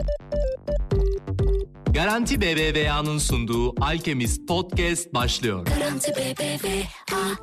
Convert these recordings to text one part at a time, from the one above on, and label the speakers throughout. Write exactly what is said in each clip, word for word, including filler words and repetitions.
Speaker 1: Garanti B B V A'nın sunduğu Alchemist Podcast başlıyor. Garanti B B V A.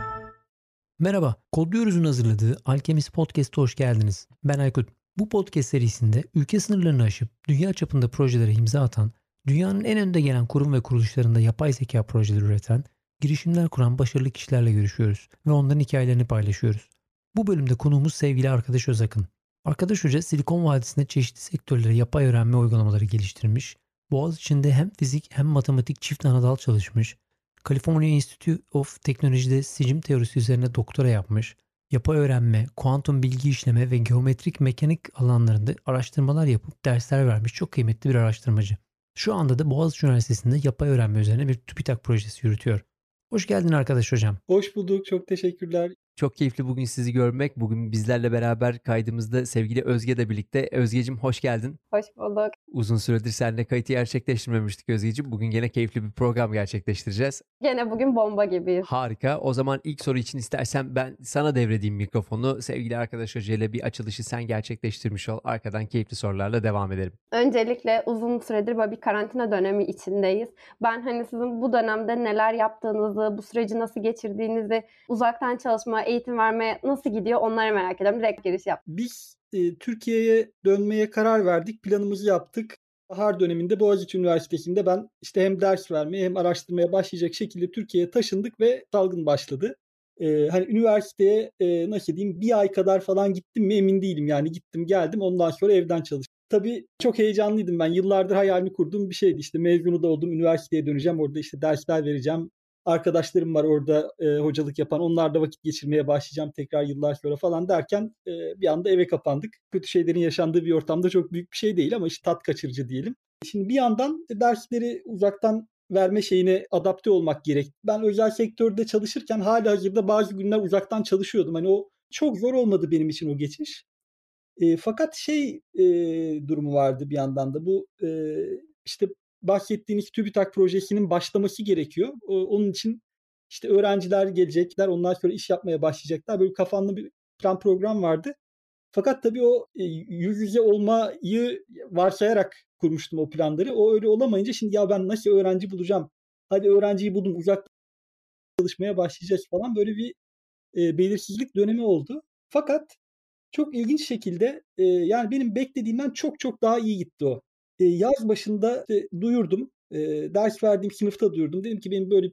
Speaker 2: Merhaba, Kodluyoruz'un hazırladığı Alchemist Podcast'a hoş geldiniz. Ben Aykut. Bu podcast serisinde ülke sınırlarını aşıp dünya çapında projelere imza atan, dünyanın en önde gelen kurum ve kuruluşlarında yapay zeka projeleri üreten, girişimler kuran başarılı kişilerle görüşüyoruz ve onların hikayelerini paylaşıyoruz. Bu bölümde konuğumuz sevgili Arkadaş Özakın. Arkadaş Hoca Silikon Vadisi'nde çeşitli sektörlere yapay öğrenme uygulamaları geliştirmiş, Boğaziçi'nde hem fizik hem matematik çift anadal çalışmış, California Institute of Technology'de sicim teorisi üzerine doktora yapmış, yapay öğrenme, kuantum bilgi işleme ve geometrik mekanik alanlarında araştırmalar yapıp dersler vermiş çok kıymetli bir araştırmacı. Şu anda da Boğaziçi Üniversitesi'nde yapay öğrenme üzerine bir TÜBİTAK projesi yürütüyor. Hoş geldin Arkadaş Hocam.
Speaker 3: Hoş bulduk, çok teşekkürler.
Speaker 4: Çok keyifli bugün sizi görmek. Bugün bizlerle beraber kaydımızda sevgili Özge de birlikte. Özgeciğim hoş geldin.
Speaker 5: Hoş bulduk.
Speaker 4: Uzun süredir seninle kayıtı gerçekleştirmemiştik Özgeciğim. Bugün gene keyifli bir program gerçekleştireceğiz.
Speaker 5: Gene bugün bomba gibiyiz.
Speaker 4: Harika. O zaman ilk soru için istersen ben sana devredeyim mikrofonu. Sevgili Arkadaş Hoca ile bir açılışı sen gerçekleştirmiş ol. Arkadan keyifli sorularla devam edelim.
Speaker 5: Öncelikle uzun süredir böyle bir karantina dönemi içindeyiz. Ben hani sizin bu dönemde neler yaptığınızı, bu süreci nasıl geçirdiğinizi, uzaktan çalışma, eğitim vermeye nasıl gidiyor onları merak ediyorum. Direkt giriş yap.
Speaker 3: Biz e, Türkiye'ye dönmeye karar verdik, planımızı yaptık. Bahar döneminde Boğaziçi Üniversitesi'nde ben işte hem ders vermeye hem araştırmaya başlayacak şekilde Türkiye'ye taşındık ve salgın başladı. Ee, hani üniversiteye e, nasıl diyeyim bir ay kadar falan gittim mi emin değilim. Yani gittim geldim ondan sonra evden çalıştım. Tabii çok heyecanlıydım ben. Yıllardır hayalini kurduğum bir şeydi. İşte mezunu da oldum, üniversiteye döneceğim. Orada işte dersler vereceğim. Arkadaşlarım var orada e, hocalık yapan. Onlarla vakit geçirmeye başlayacağım tekrar yıllar sonra falan derken e, bir anda eve kapandık. Kötü şeylerin yaşandığı bir ortamda çok büyük bir şey değil ama işte tat kaçırıcı diyelim. Şimdi bir yandan dersleri uzaktan verme şeyine adapte olmak gerek. Ben özel sektörde çalışırken halihazırda bazı günler uzaktan çalışıyordum. Hani o çok zor olmadı benim için o geçiş. E, fakat şey e, durumu vardı bir yandan da bu e, işte bahsettiğiniz TÜBİTAK projesinin başlaması gerekiyor. O, onun için işte öğrenciler gelecekler, ondan sonra iş yapmaya başlayacaklar. Böyle kafamda bir plan program vardı. Fakat tabii o e, yüz yüze olmayı varsayarak kurmuştum o planları. O öyle olamayınca şimdi ya ben nasıl öğrenci bulacağım? Hadi öğrenciyi buldum, uzaktan çalışmaya başlayacağız falan böyle bir e, belirsizlik dönemi oldu. Fakat çok ilginç şekilde e, yani benim beklediğimden çok çok daha iyi gitti o. E, yaz başında işte, duyurdum. E, ders verdiğim sınıfta duyurdum. Dedim ki benim böyle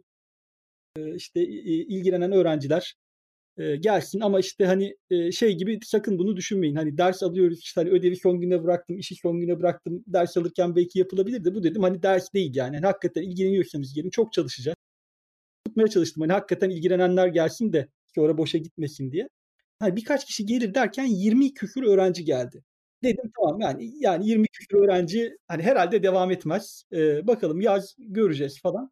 Speaker 3: e, işte e, ilgilenen öğrenciler e, gelsin ama işte hani e, şey gibi sakın bunu düşünmeyin. Hani ders alıyoruz işte hani ödevi son güne bıraktım, işi son güne bıraktım. Ders alırken belki yapılabilir de bu dedim hani ders değil yani. Hani hakikaten ilgileniyorsanız gelin çok çalışacağız. Tutmaya çalıştım hani hakikaten ilgilenenler gelsin de sonra boşa gitmesin diye. Hani birkaç kişi gelir derken yirmi küsur öğrenci geldi. Dedim tamam yani yani yirmi küsur öğrenci hani herhalde devam etmez. Ee, bakalım yaz göreceğiz falan.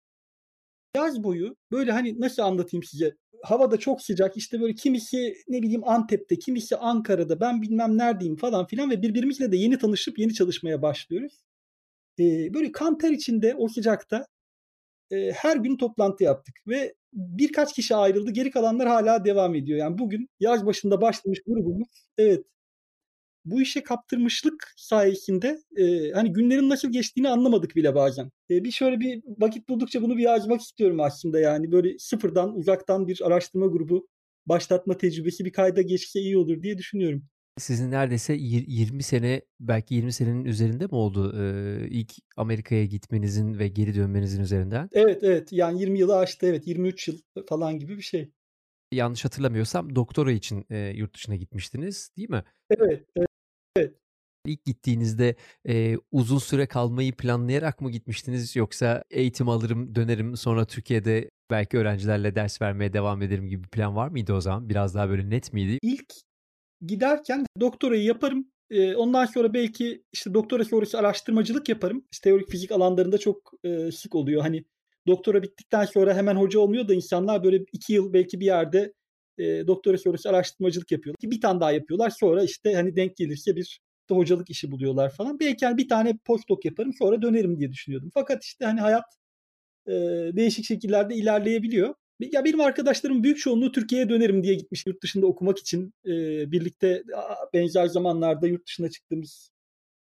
Speaker 3: Yaz boyu böyle hani nasıl anlatayım size? Havada çok sıcak işte böyle kimisi ne bileyim Antep'te, kimisi Ankara'da, ben bilmem neredeyim falan filan ve birbirimizle de yeni tanışıp yeni çalışmaya başlıyoruz. Ee, böyle kan ter içinde o sıcakta e, her gün toplantı yaptık ve birkaç kişi ayrıldı. Geri kalanlar hala devam ediyor. Yani bugün yaz başında başlamış grubumuz evet bu işe kaptırmışlık sayesinde e, hani günlerin nasıl geçtiğini anlamadık bile bazen. E, bir şöyle bir vakit buldukça bunu bir yazmak istiyorum aslında yani böyle sıfırdan uzaktan bir araştırma grubu başlatma tecrübesi bir kayda geçse iyi olur diye düşünüyorum.
Speaker 4: Sizin neredeyse yirmi sene belki yirmi senenin üzerinde mi oldu ee, ilk Amerika'ya gitmenizin ve geri dönmenizin üzerinden?
Speaker 3: Evet evet yani yirmi yılı aştı evet yirmi üç yıl falan gibi bir şey.
Speaker 4: Yanlış hatırlamıyorsam doktora için e, yurt dışına gitmiştiniz değil mi?
Speaker 3: Evet evet. evet.
Speaker 4: İlk gittiğinizde e, uzun süre kalmayı planlayarak mı gitmiştiniz yoksa eğitim alırım dönerim sonra Türkiye'de belki öğrencilerle ders vermeye devam ederim gibi bir plan var mıydı o zaman? Biraz daha böyle net miydi?
Speaker 3: İlk giderken doktorayı yaparım. Ee, ondan sonra belki işte doktora sonrası araştırmacılık yaparım. İşte teorik fizik alanlarında çok e, sık oluyor. Hani doktora bittikten sonra hemen hoca olmuyor da insanlar böyle iki yıl belki bir yerde e, doktora sonrası araştırmacılık yapıyorlar. Bir tane daha yapıyorlar. Sonra işte hani denk gelirse bir işte hocalık işi buluyorlar falan. Belki hani bir tane postdoc yaparım sonra dönerim diye düşünüyordum. Fakat işte hani hayat e, değişik şekillerde ilerleyebiliyor. Ya benim arkadaşlarım büyük çoğunluğu Türkiye'ye dönerim diye gitmiş yurt dışında okumak için. E, birlikte benzer zamanlarda yurt dışına çıktığımız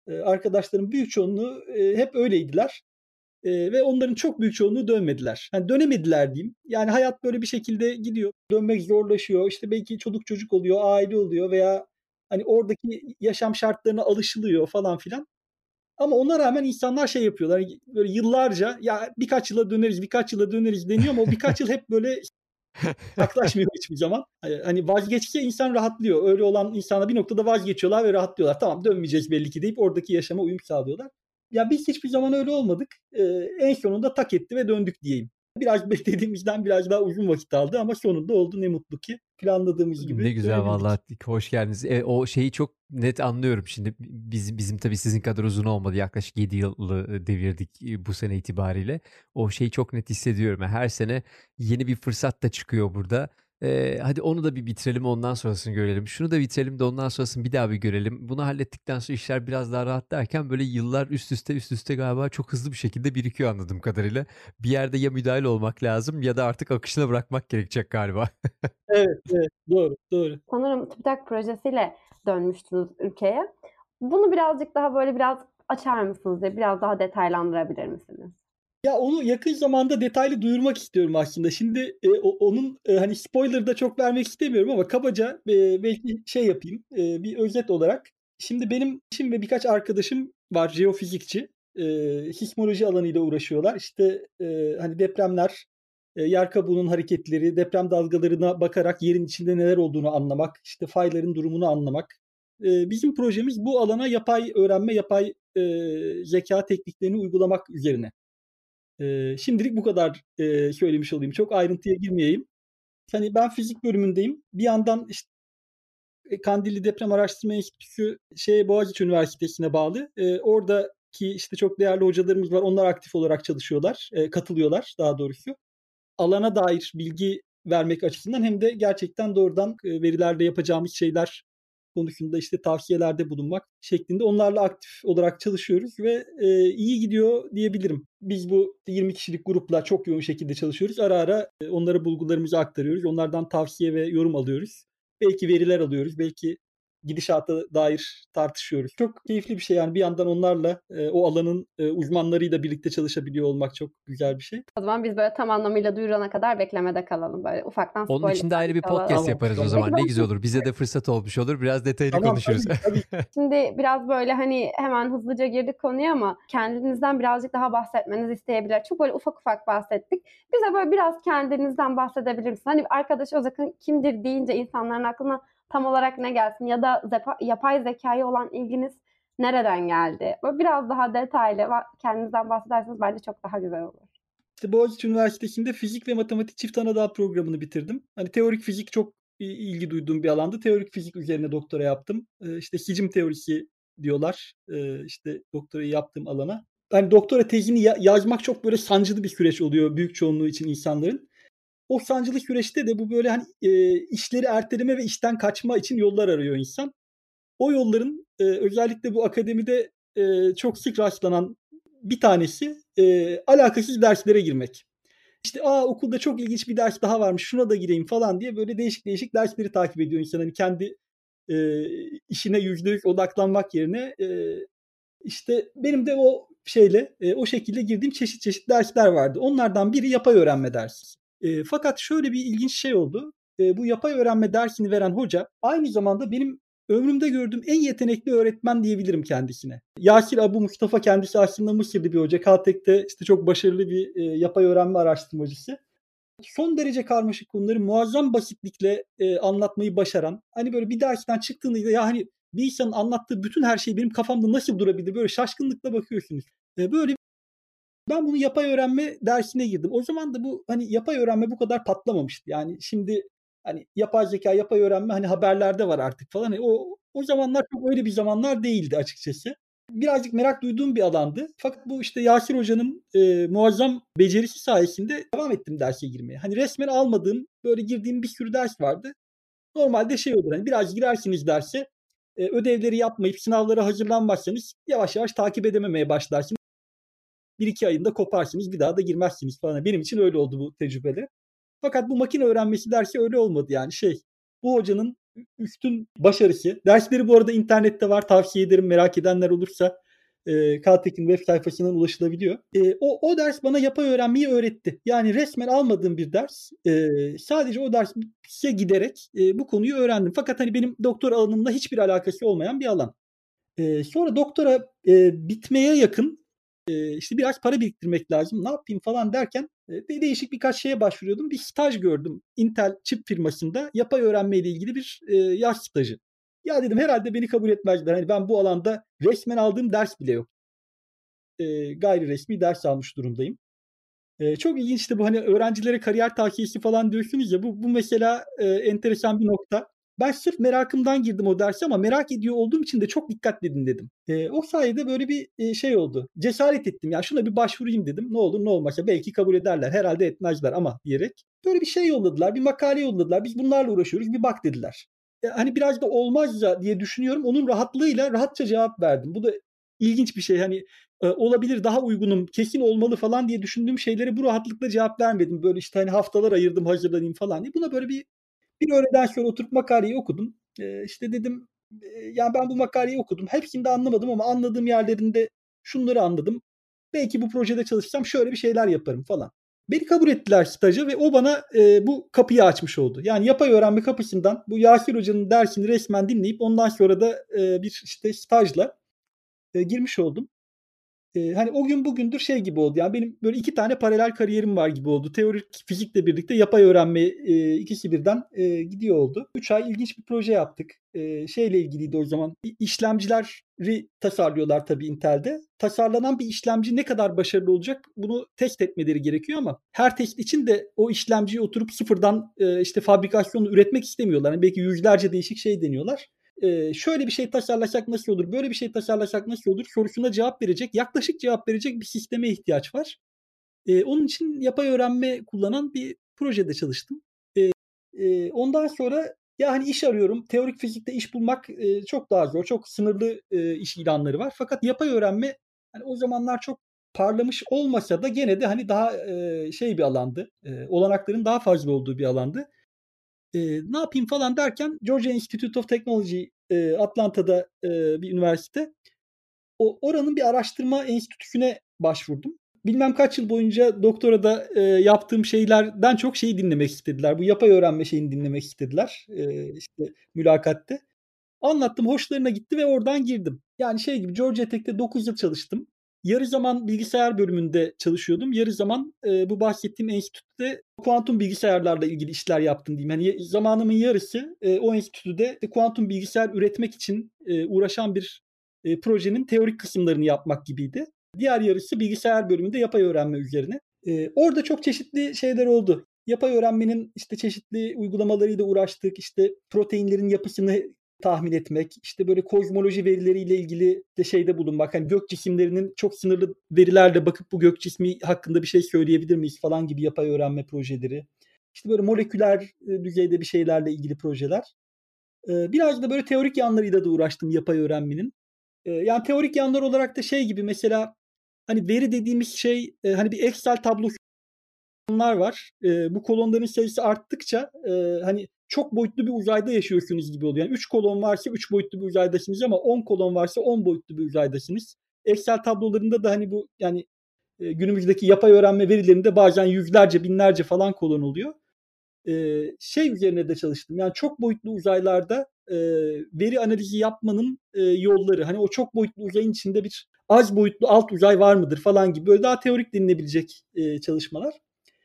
Speaker 3: E, arkadaşlarım büyük çoğunluğu e, hep öyleydiler. E, ve onların çok büyük çoğunluğu dönmediler. Yani dönemediler diyeyim. Yani hayat böyle bir şekilde gidiyor. Dönmek zorlaşıyor. İşte belki çoluk çocuk oluyor, aile oluyor veya hani oradaki yaşam şartlarına alışılıyor falan filan. Ama ona rağmen insanlar şey yapıyorlar. Böyle yıllarca ya birkaç yıla döneriz, birkaç yıla döneriz deniyor ama o birkaç yıl hep böyle yaklaşmıyor hiçbir zaman. Hani vazgeçse insan rahatlıyor. Öyle olan insanlar bir noktada vazgeçiyorlar ve rahatlıyorlar. Tamam dönmeyeceğiz belli ki deyip oradaki yaşama uyum sağlıyorlar. Ya biz hiçbir zaman öyle olmadık. Ee, en sonunda tak etti ve döndük diyeyim. Biraz beklediğimizden biraz daha uzun vakit aldı ama sonunda oldu ne mutlu ki. Planladığımız gibi
Speaker 4: Ne güzel
Speaker 3: dönebildik.
Speaker 4: vallahi hoş geldiniz. E, o şeyi çok net anlıyorum şimdi. Bizim, bizim tabii sizin kadar uzun olmadı. Yaklaşık yedi yılı devirdik bu sene itibariyle. O şeyi çok net hissediyorum. Yani her sene yeni bir fırsat da çıkıyor burada. Ee, hadi onu da bir bitirelim ondan sonrasını görelim. Şunu da bitirelim de ondan sonrasını bir daha bir görelim. Bunu hallettikten sonra işler biraz daha rahat derken böyle yıllar üst üste üst üste galiba çok hızlı bir şekilde birikiyor anladığım kadarıyla. Bir yerde ya müdahale olmak lazım ya da artık akışına bırakmak gerekecek galiba.
Speaker 3: Evet, evet. Doğru, doğru.
Speaker 5: Sanırım TÜBİTAK projesiyle dönmüştünüz ülkeye. Bunu birazcık daha böyle biraz açar mısınız diye biraz daha detaylandırabilir misiniz?
Speaker 3: Ya onu yakın zamanda detaylı duyurmak istiyorum aslında. Şimdi e, o, onun e, hani spoiler da çok vermek istemiyorum ama kabaca e, belki şey yapayım e, bir özet olarak. Şimdi benim işim ve birkaç arkadaşım var jeofizikçi. E, sismoloji alanıyla uğraşıyorlar. İşte e, hani depremler, e, yer kabuğunun hareketleri, deprem dalgalarına bakarak yerin içinde neler olduğunu anlamak, işte fayların durumunu anlamak. E, bizim projemiz bu alana yapay öğrenme, yapay e, zeka tekniklerini uygulamak üzerine. Ee, şimdilik bu kadar e, söylemiş olayım. Çok ayrıntıya girmeyeyim. Hani ben fizik bölümündeyim. Bir yandan işte Kandilli Deprem Araştırma Enstitüsü şey Boğaziçi Üniversitesi'ne bağlı. E, oradaki işte çok değerli hocalarımız var. Onlar aktif olarak çalışıyorlar, e, katılıyorlar daha doğrusu. Alana dair bilgi vermek açısından hem de gerçekten doğrudan e, verilerle yapacağımız şeyler konusunda işte tavsiyelerde bulunmak şeklinde onlarla aktif olarak çalışıyoruz ve e, iyi gidiyor diyebilirim. Biz bu yirmi kişilik grupla çok yoğun şekilde çalışıyoruz. Ara ara e, onlara bulgularımızı aktarıyoruz. Onlardan tavsiye ve yorum alıyoruz. Belki veriler alıyoruz. Belki gidişata dair tartışıyoruz. Çok keyifli bir şey yani bir yandan onlarla e, o alanın e, uzmanlarıyla birlikte çalışabiliyor olmak çok güzel bir şey.
Speaker 5: O zaman biz böyle tam anlamıyla duyurana kadar beklemede kalalım. Böyle ufaktan
Speaker 4: Onun
Speaker 5: spoiler
Speaker 4: için de ayrı bir
Speaker 5: alalım.
Speaker 4: podcast
Speaker 3: Tamam,
Speaker 4: yaparız o
Speaker 3: tamam.
Speaker 4: zaman. Ne güzel olur. Bize de fırsat olmuş olur. Biraz detaylı
Speaker 3: Tamam,
Speaker 4: konuşuruz.
Speaker 3: tabii, tabii.
Speaker 5: Şimdi biraz böyle hani hemen hızlıca girdik konuya ama kendinizden birazcık daha bahsetmenizi isteyebilir. Çok böyle ufak ufak bahsettik. Bize böyle biraz kendinizden bahsedebilir misiniz? Hani arkadaş Özakın kimdir deyince insanların aklına tam olarak ne gelsin? Ya da zepa, yapay zekaya olan ilginiz nereden geldi? Böyle biraz daha detaylı kendinizden bahsederseniz bence çok daha güzel olur.
Speaker 3: İşte Boğaziçi Üniversitesi'nde fizik ve matematik çift anadal programını bitirdim. Hani teorik fizik çok ilgi duyduğum bir alandı. Teorik fizik üzerine doktora yaptım. Ee, işte sicim teorisi diyorlar. Ee, işte doktorayı yaptığım alana. Yani doktora tezini ya- yazmak çok böyle sancılı bir süreç oluyor büyük çoğunluğu için insanların. O sancılı süreçte de bu böyle hani e, işleri erteleme ve işten kaçma için yollar arıyor insan. O yolların e, özellikle bu akademide e, çok sık rastlanan bir tanesi e, alakasız derslere girmek. İşte aa okulda çok ilginç bir ders daha varmış şuna da gireyim falan diye böyle değişik değişik dersleri takip ediyor insan. Hani kendi e, işine yüzde yüz odaklanmak yerine e, işte benim de o şeyle e, o şekilde girdiğim çeşit çeşit dersler vardı. Onlardan biri yapay öğrenme dersi. E, fakat şöyle bir ilginç şey oldu. E, bu yapay öğrenme dersini veren hoca aynı zamanda benim ömrümde gördüğüm en yetenekli öğretmen diyebilirim kendisine. Yasir Abu Mustafa kendisi aslında Mısırlı bir hoca. Caltech'te işte çok başarılı bir e, yapay öğrenme araştırmacısı. Son derece karmaşık konuları muazzam basitlikle e, anlatmayı başaran. Hani böyle bir dersten çıktığında ya hani bir insanın anlattığı bütün her şey benim kafamda nasıl durabilir? Böyle şaşkınlıkla bakıyorsunuz. E, böyle ben bunu yapay öğrenme dersine girdim. O zaman da bu hani yapay öğrenme bu kadar patlamamıştı. Yani şimdi hani yapay zeka, yapay öğrenme hani haberlerde var artık falan. Hani o o zamanlar çok öyle bir zamanlar değildi açıkçası. Birazcık merak duyduğum bir alandı. Fakat bu işte Yasir Hoca'nın e, muazzam becerisi sayesinde devam ettim derse girmeye. Hani resmen almadığım, böyle girdiğim bir sürü ders vardı. Normalde şey olur hani biraz girersiniz derse, e, ödevleri yapmayıp sınavlara hazırlanmazsanız yavaş yavaş takip edememeye başlarsınız. Bir iki ayında koparsınız, bir daha da girmezsiniz falan. Benim için öyle oldu bu tecrübeler. Fakat bu makine öğrenmesi dersi öyle olmadı yani şey. Bu hocanın üstün başarısı. Dersleri bu arada internette var. Tavsiye ederim merak edenler olursa. E, Caltech'in web sayfasından ulaşılabiliyor. E, o, o ders bana yapay öğrenmeyi öğretti. Yani resmen almadığım bir ders. E, sadece o derse giderek e, bu konuyu öğrendim. Fakat hani benim doktora alanımla hiçbir alakası olmayan bir alan. E, sonra doktora e, bitmeye yakın e, işte biraz para biriktirmek lazım. Ne yapayım falan derken e, değişik birkaç şeye başvuruyordum. Bir staj gördüm. Intel çip firmasında yapay öğrenme ile ilgili bir e, yaz stajı. Ya dedim herhalde beni kabul etmezler. Hani ben bu alanda resmen aldığım ders bile yok. E, gayri resmi ders almış durumdayım. E, çok ilginçti bu hani öğrencilere kariyer tavsiyesi falan diyorsunuz ya bu, bu mesela e, enteresan bir nokta. Ben sırf merakımdan girdim o derse ama merak ediyor olduğum için de çok dikkatli dinledim. E, o sayede böyle bir e, şey oldu. Cesaret ettim. Ya şuna bir başvurayım dedim. Ne olur ne olmaz. Ya belki kabul ederler. Herhalde etmezler ama diyerek. Böyle bir şey yolladılar. Bir makale yolladılar. Biz bunlarla uğraşıyoruz. Bir bak dediler. E, hani biraz da olmaz ya diye düşünüyorum. Onun rahatlığıyla rahatça cevap verdim. Bu da ilginç bir şey. Hani e, olabilir daha uygunum, kesin olmalı falan diye düşündüğüm şeylere bu rahatlıkla cevap vermedim. Böyle işte hani haftalar ayırdım hazırlanayım falan diye. Buna böyle bir bir öğleden sonra oturup makaleyi okudum. E, işte dedim e, yani ben bu makaleyi okudum. Hepsini de anlamadım ama anladığım yerlerinde şunları anladım. Belki bu projede çalışsam şöyle bir şeyler yaparım falan. Beni kabul ettiler staja ve o bana e, bu kapıyı açmış oldu. Yani yapay öğrenme kapısından bu Yasir Hoca'nın dersini resmen dinleyip ondan sonra da e, bir işte stajla e, girmiş oldum. Ee, hani o gün bugündür şey gibi oldu. Yani benim böyle iki tane paralel kariyerim var gibi oldu. Teorik fizikle birlikte yapay öğrenme e, ikisi birden e, gidiyor oldu. Üç ay ilginç bir proje yaptık. E, şeyle ilgiliydi o zaman. İşlemcileri tasarlıyorlar tabii Intel'de. Tasarlanan bir işlemci ne kadar başarılı olacak bunu test etmeleri gerekiyor ama her test için de o işlemciyi oturup sıfırdan e, işte fabrikasyonu üretmek istemiyorlar. Yani belki yüzlerce değişik şey deniyorlar. Ee, şöyle bir şey tasarlasak nasıl olur, böyle bir şey tasarlasak nasıl olur sorusuna cevap verecek, yaklaşık cevap verecek bir sisteme ihtiyaç var. Ee, onun için yapay öğrenme kullanan bir projede çalıştım. Ee, e, ondan sonra ya hani iş arıyorum, teorik fizikte iş bulmak e, çok daha zor, çok sınırlı e, iş ilanları var. Fakat yapay öğrenme hani o zamanlar çok parlamış olmasa da gene de hani daha e, şey bir alandı, e, olanakların daha fazla olduğu bir alandı. E, ne yapayım falan derken Georgia Institute of Technology e, Atlanta'da e, bir üniversite. O oranın bir araştırma enstitüsüne başvurdum. Bilmem kaç yıl boyunca doktorada e, yaptığım şeylerden çok şeyi dinlemek istediler. Bu yapay öğrenme şeyini dinlemek istediler. E, işte mülakatte. Anlattım, hoşlarına gitti ve oradan girdim. Yani şey gibi Georgia Tech'te dokuz yıl çalıştım. Yarı zaman bilgisayar bölümünde çalışıyordum. Yarı zaman e, bu bahsettiğim enstitüde kuantum bilgisayarlarla ilgili işler yaptım diyeyim. Yani zamanımın yarısı e, o enstitüde kuantum bilgisayar üretmek için e, uğraşan bir e, projenin teorik kısımlarını yapmak gibiydi. Diğer yarısı bilgisayar bölümünde yapay öğrenme üzerine. E, orada çok çeşitli şeyler oldu. Yapay öğrenmenin işte çeşitli uygulamalarıyla uğraştık. İşte proteinlerin yapısını tahmin etmek, işte böyle kozmoloji verileriyle ilgili de şeyde bulunmak, hani gök cisimlerinin çok sınırlı verilerle bakıp bu gök cismi hakkında bir şey söyleyebilir miyiz falan gibi yapay öğrenme projeleri. İşte böyle moleküler düzeyde bir şeylerle ilgili projeler. Biraz da böyle teorik yanlarıyla da uğraştım yapay öğrenmenin. Yani teorik yanlar olarak da şey gibi mesela hani veri dediğimiz şey hani bir Excel tablosu var. Bu kolonların sayısı arttıkça hani çok boyutlu bir uzayda yaşıyorsunuz gibi oluyor. Yani üç kolon varsa üç boyutlu bir uzaydasınız ama on kolon varsa on boyutlu bir uzaydasınız. Excel tablolarında da hani bu yani e, günümüzdeki yapay öğrenme verilerinde bazen yüzlerce, binlerce falan kolon oluyor. E, şey üzerine de çalıştım. Yani çok boyutlu uzaylarda e, veri analizi yapmanın e, yolları. Hani o çok boyutlu uzayın içinde bir az boyutlu alt uzay var mıdır falan gibi böyle daha teorik denilebilecek e, çalışmalar.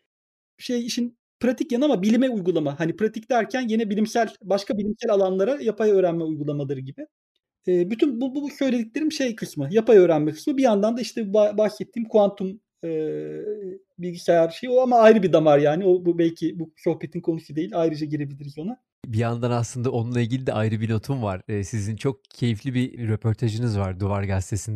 Speaker 3: Şey işin pratik yanı ama bilime uygulama. Hani pratik derken yine bilimsel başka bilimsel alanlara yapay öğrenme uygulamaları gibi. E, bütün bu, bu söylediklerim şey kısmı, yapay öğrenme kısmı. Bir yandan da işte bahsettiğim kuantum e, bilgisayar şey o ama ayrı bir damar yani. O bu belki bu sohbetin konusu değil. Ayrıca girebiliriz ona.
Speaker 4: Bir yandan aslında onunla ilgili de ayrı bir notum var. Ee, sizin çok keyifli bir röportajınız var Duvar Gazetesi'nde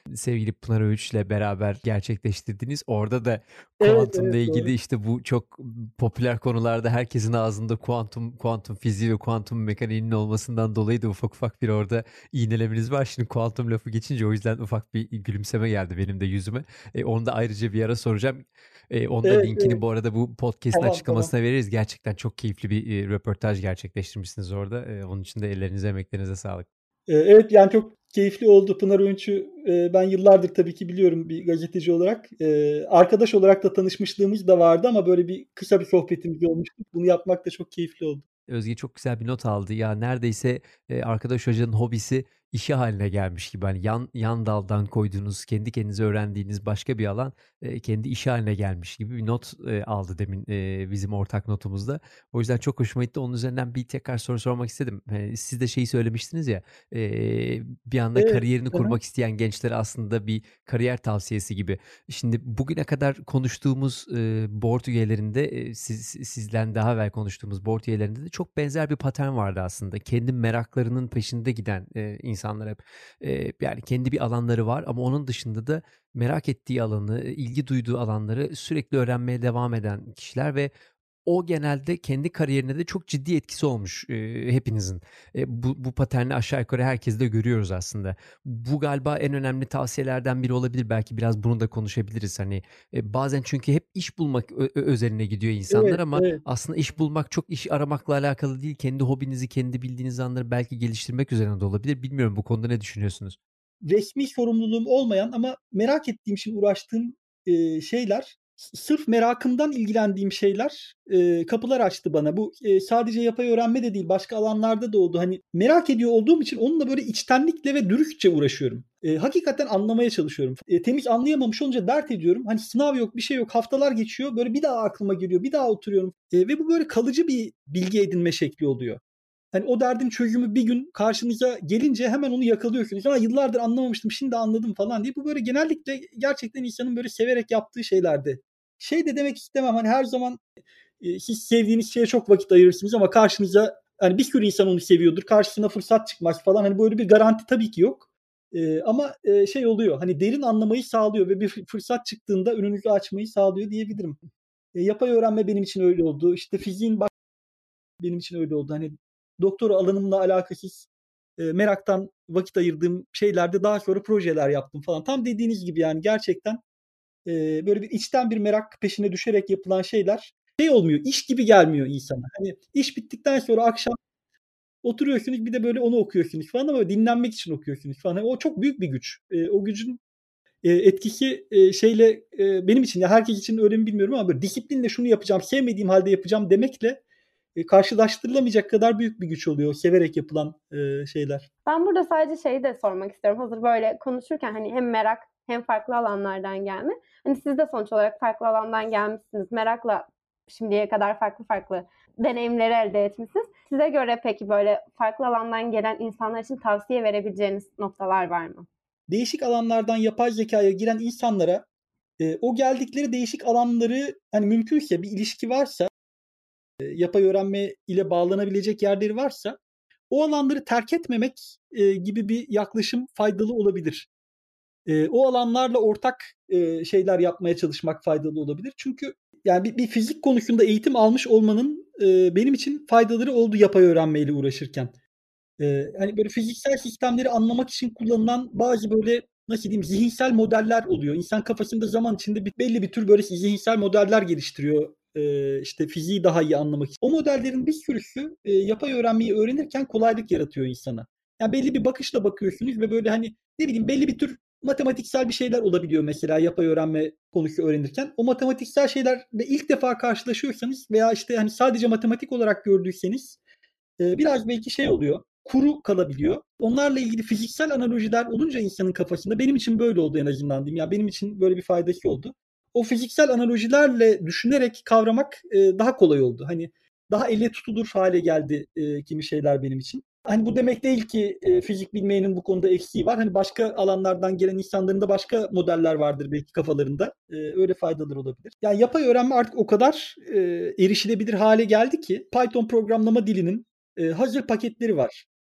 Speaker 4: sevgili Pınar Öğüç'le beraber gerçekleştirdiğiniz. Orada da
Speaker 3: Evet,
Speaker 4: kuantumla
Speaker 3: evet,
Speaker 4: ilgili
Speaker 3: doğru.
Speaker 4: işte bu çok popüler konularda herkesin ağzında kuantum kuantum fiziği ve kuantum mekaniğinin olmasından dolayı da ufak ufak bir orada iğnelemeniz var. Şimdi kuantum lafı geçince o yüzden ufak bir gülümseme geldi benim de yüzüme. E, onu da ayrıca bir ara soracağım. E, onun da
Speaker 3: Evet,
Speaker 4: linkini
Speaker 3: evet.
Speaker 4: bu arada bu podcast'in
Speaker 3: Tamam,
Speaker 4: açıklamasına veririz. Gerçekten çok keyifli bir e, röportaj gerçekleştirmişsiniz orada. E, onun için de ellerinize, emeklerinize sağlık.
Speaker 3: Ee, Evet, yani çok keyifli oldu. Pınar Öğünç'ü e, ben yıllardır tabii ki biliyorum bir gazeteci olarak. Ee, arkadaş olarak da tanışmışlığımız da vardı ama böyle bir kısa bir sohbetimiz olmuştu. Bunu yapmak da çok keyifli oldu.
Speaker 4: Özge çok güzel bir not aldı. Ya neredeyse e, arkadaş hocanın hobisi işi haline gelmiş gibi. Hani yan yan daldan koyduğunuz, kendi kendinize öğrendiğiniz başka bir alan e, kendi işi haline gelmiş gibi bir not e, aldı demin e, bizim ortak notumuzda. O yüzden çok hoşuma gitti. Onun üzerinden bir tekrar soru sormak istedim. E, siz de şeyi söylemiştiniz ya, e, bir anda
Speaker 3: Evet.
Speaker 4: kariyerini
Speaker 3: Hı hı.
Speaker 4: kurmak isteyen gençlere aslında bir kariyer tavsiyesi gibi. Şimdi bugüne kadar konuştuğumuz e, board üyelerinde, e, siz, sizden daha evvel konuştuğumuz board üyelerinde de çok benzer bir patern vardı aslında. Kendi meraklarının peşinde giden e, insanlar hep. E, yani kendi bir alanları var ama onun dışında da merak ettiği alanı, ilgi duyduğu alanları sürekli öğrenmeye devam eden kişiler ve o genelde kendi kariyerine de çok ciddi etkisi olmuş e, hepinizin. E, bu, bu paterni aşağı yukarı herkes de görüyoruz aslında. Bu galiba en önemli tavsiyelerden biri olabilir. Belki biraz bunu da konuşabiliriz. Hani e, bazen çünkü hep iş bulmak ö- ö- özeline gidiyor insanlar
Speaker 3: Evet,
Speaker 4: ama
Speaker 3: evet.
Speaker 4: aslında iş bulmak çok iş aramakla alakalı değil. Kendi hobinizi, kendi bildiğiniz alanları belki geliştirmek üzerine de olabilir. Bilmiyorum, bu konuda ne düşünüyorsunuz?
Speaker 3: Resmi sorumluluğum olmayan ama merak ettiğim için uğraştığım e, şeyler, s- sırf merakımdan ilgilendiğim şeyler e, kapılar açtı bana. Bu e, sadece yapay öğrenme de değil, başka alanlarda da oldu. Hani merak ediyor olduğum için onunla böyle içtenlikle ve dürüstçe uğraşıyorum. E, hakikaten anlamaya çalışıyorum. E, temiz anlayamamış olunca dert ediyorum. Hani sınav yok, bir şey yok, haftalar geçiyor. Böyle bir daha aklıma geliyor, bir daha oturuyorum. E, ve bu böyle kalıcı bir bilgi edinme şekli oluyor. Hani o derdin çözümü bir gün karşınıza gelince hemen onu yakalıyorsunuz. Ha, yıllardır anlamamıştım, şimdi anladım falan diye. Bu böyle genellikle gerçekten insanın böyle severek yaptığı şeylerdi. Şey de demek istemem, hani her zaman e, siz sevdiğiniz şeye çok vakit ayırırsınız ama karşınıza hani bir sürü insan onu seviyordur. Karşısına fırsat çıkmaz falan. Hani böyle bir garanti tabii ki yok. E, ama e, şey oluyor, hani derin anlamayı sağlıyor ve bir fırsat çıktığında önünüzü açmayı sağlıyor diyebilirim. E, yapay öğrenme benim için öyle oldu. İşte fiziğin benim için öyle oldu. Hani doktora alanımla alakasız e, meraktan vakit ayırdığım şeylerde daha sonra projeler yaptım falan. Tam dediğiniz gibi yani gerçekten e, böyle bir içten bir merak peşine düşerek yapılan şeyler şey olmuyor. İş gibi gelmiyor insana. Hani iş bittikten sonra akşam oturuyorsunuz bir de böyle onu okuyorsunuz falan ama dinlenmek için okuyorsunuz falan. Yani o çok büyük bir güç. E, o gücün e, etkisi e, şeyle e, benim için ya herkes için öyle mi bilmiyorum ama böyle disiplinle şunu yapacağım, sevmediğim halde yapacağım demekle e, karşılaştırılamayacak kadar büyük bir güç oluyor severek yapılan e, şeyler.
Speaker 5: Ben burada sadece şeyi de sormak istiyorum. Hazır böyle konuşurken hani hem merak hem farklı alanlardan gelme. Hani siz de sonuç olarak farklı alandan gelmişsiniz. Merakla şimdiye kadar farklı farklı deneyimleri elde etmişsiniz. Size göre peki böyle farklı alandan gelen insanlar için tavsiye verebileceğiniz noktalar var mı?
Speaker 3: Değişik alanlardan yapay zekaya giren insanlara e, o geldikleri değişik alanları hani mümkünse bir ilişki varsa e, yapay öğrenme ile bağlanabilecek yerleri varsa o alanları terk etmemek e, gibi bir yaklaşım faydalı olabilir. E, o alanlarla ortak e, şeyler yapmaya çalışmak faydalı olabilir. Çünkü yani bir, bir fizik konusunda eğitim almış olmanın e, benim için faydaları oldu yapay öğrenmeyle uğraşırken. E, hani böyle fiziksel sistemleri anlamak için kullanılan bazı böyle nasıl diyeyim zihinsel modeller oluyor. İnsan kafasında zaman içinde bir, belli bir tür böyle zihinsel modeller geliştiriyor. E, işte fiziği daha iyi anlamak için. O modellerin bir sürüsü e, yapay öğrenmeyi öğrenirken kolaylık yaratıyor insana. Yani belli bir bakışla bakıyorsunuz ve böyle hani ne bileyim belli bir tür matematiksel bir şeyler olabiliyor mesela yapay öğrenme konusu öğrenirken. O matematiksel şeylerle ilk defa karşılaşıyorsanız veya işte hani sadece matematik olarak gördüyseniz e, biraz belki şey oluyor. Kuru kalabiliyor. Onlarla ilgili fiziksel analojiler olunca insanın kafasında benim için böyle oldu en azından diyeyim. Ya benim için böyle bir faydası oldu. O fiziksel analojilerle düşünerek kavramak e, daha kolay oldu. Hani daha elle tutulur hale geldi e, kimi şeyler benim için. Hani bu demek değil ki e, fizik bilmeyenin bu konuda eksiği var. Hani başka alanlardan gelen insanların da başka modeller vardır belki kafalarında. E, öyle faydalar olabilir. Yani yapay öğrenme artık o kadar e, erişilebilir hale geldi ki Python programlama dilinin e, hazır paketleri var.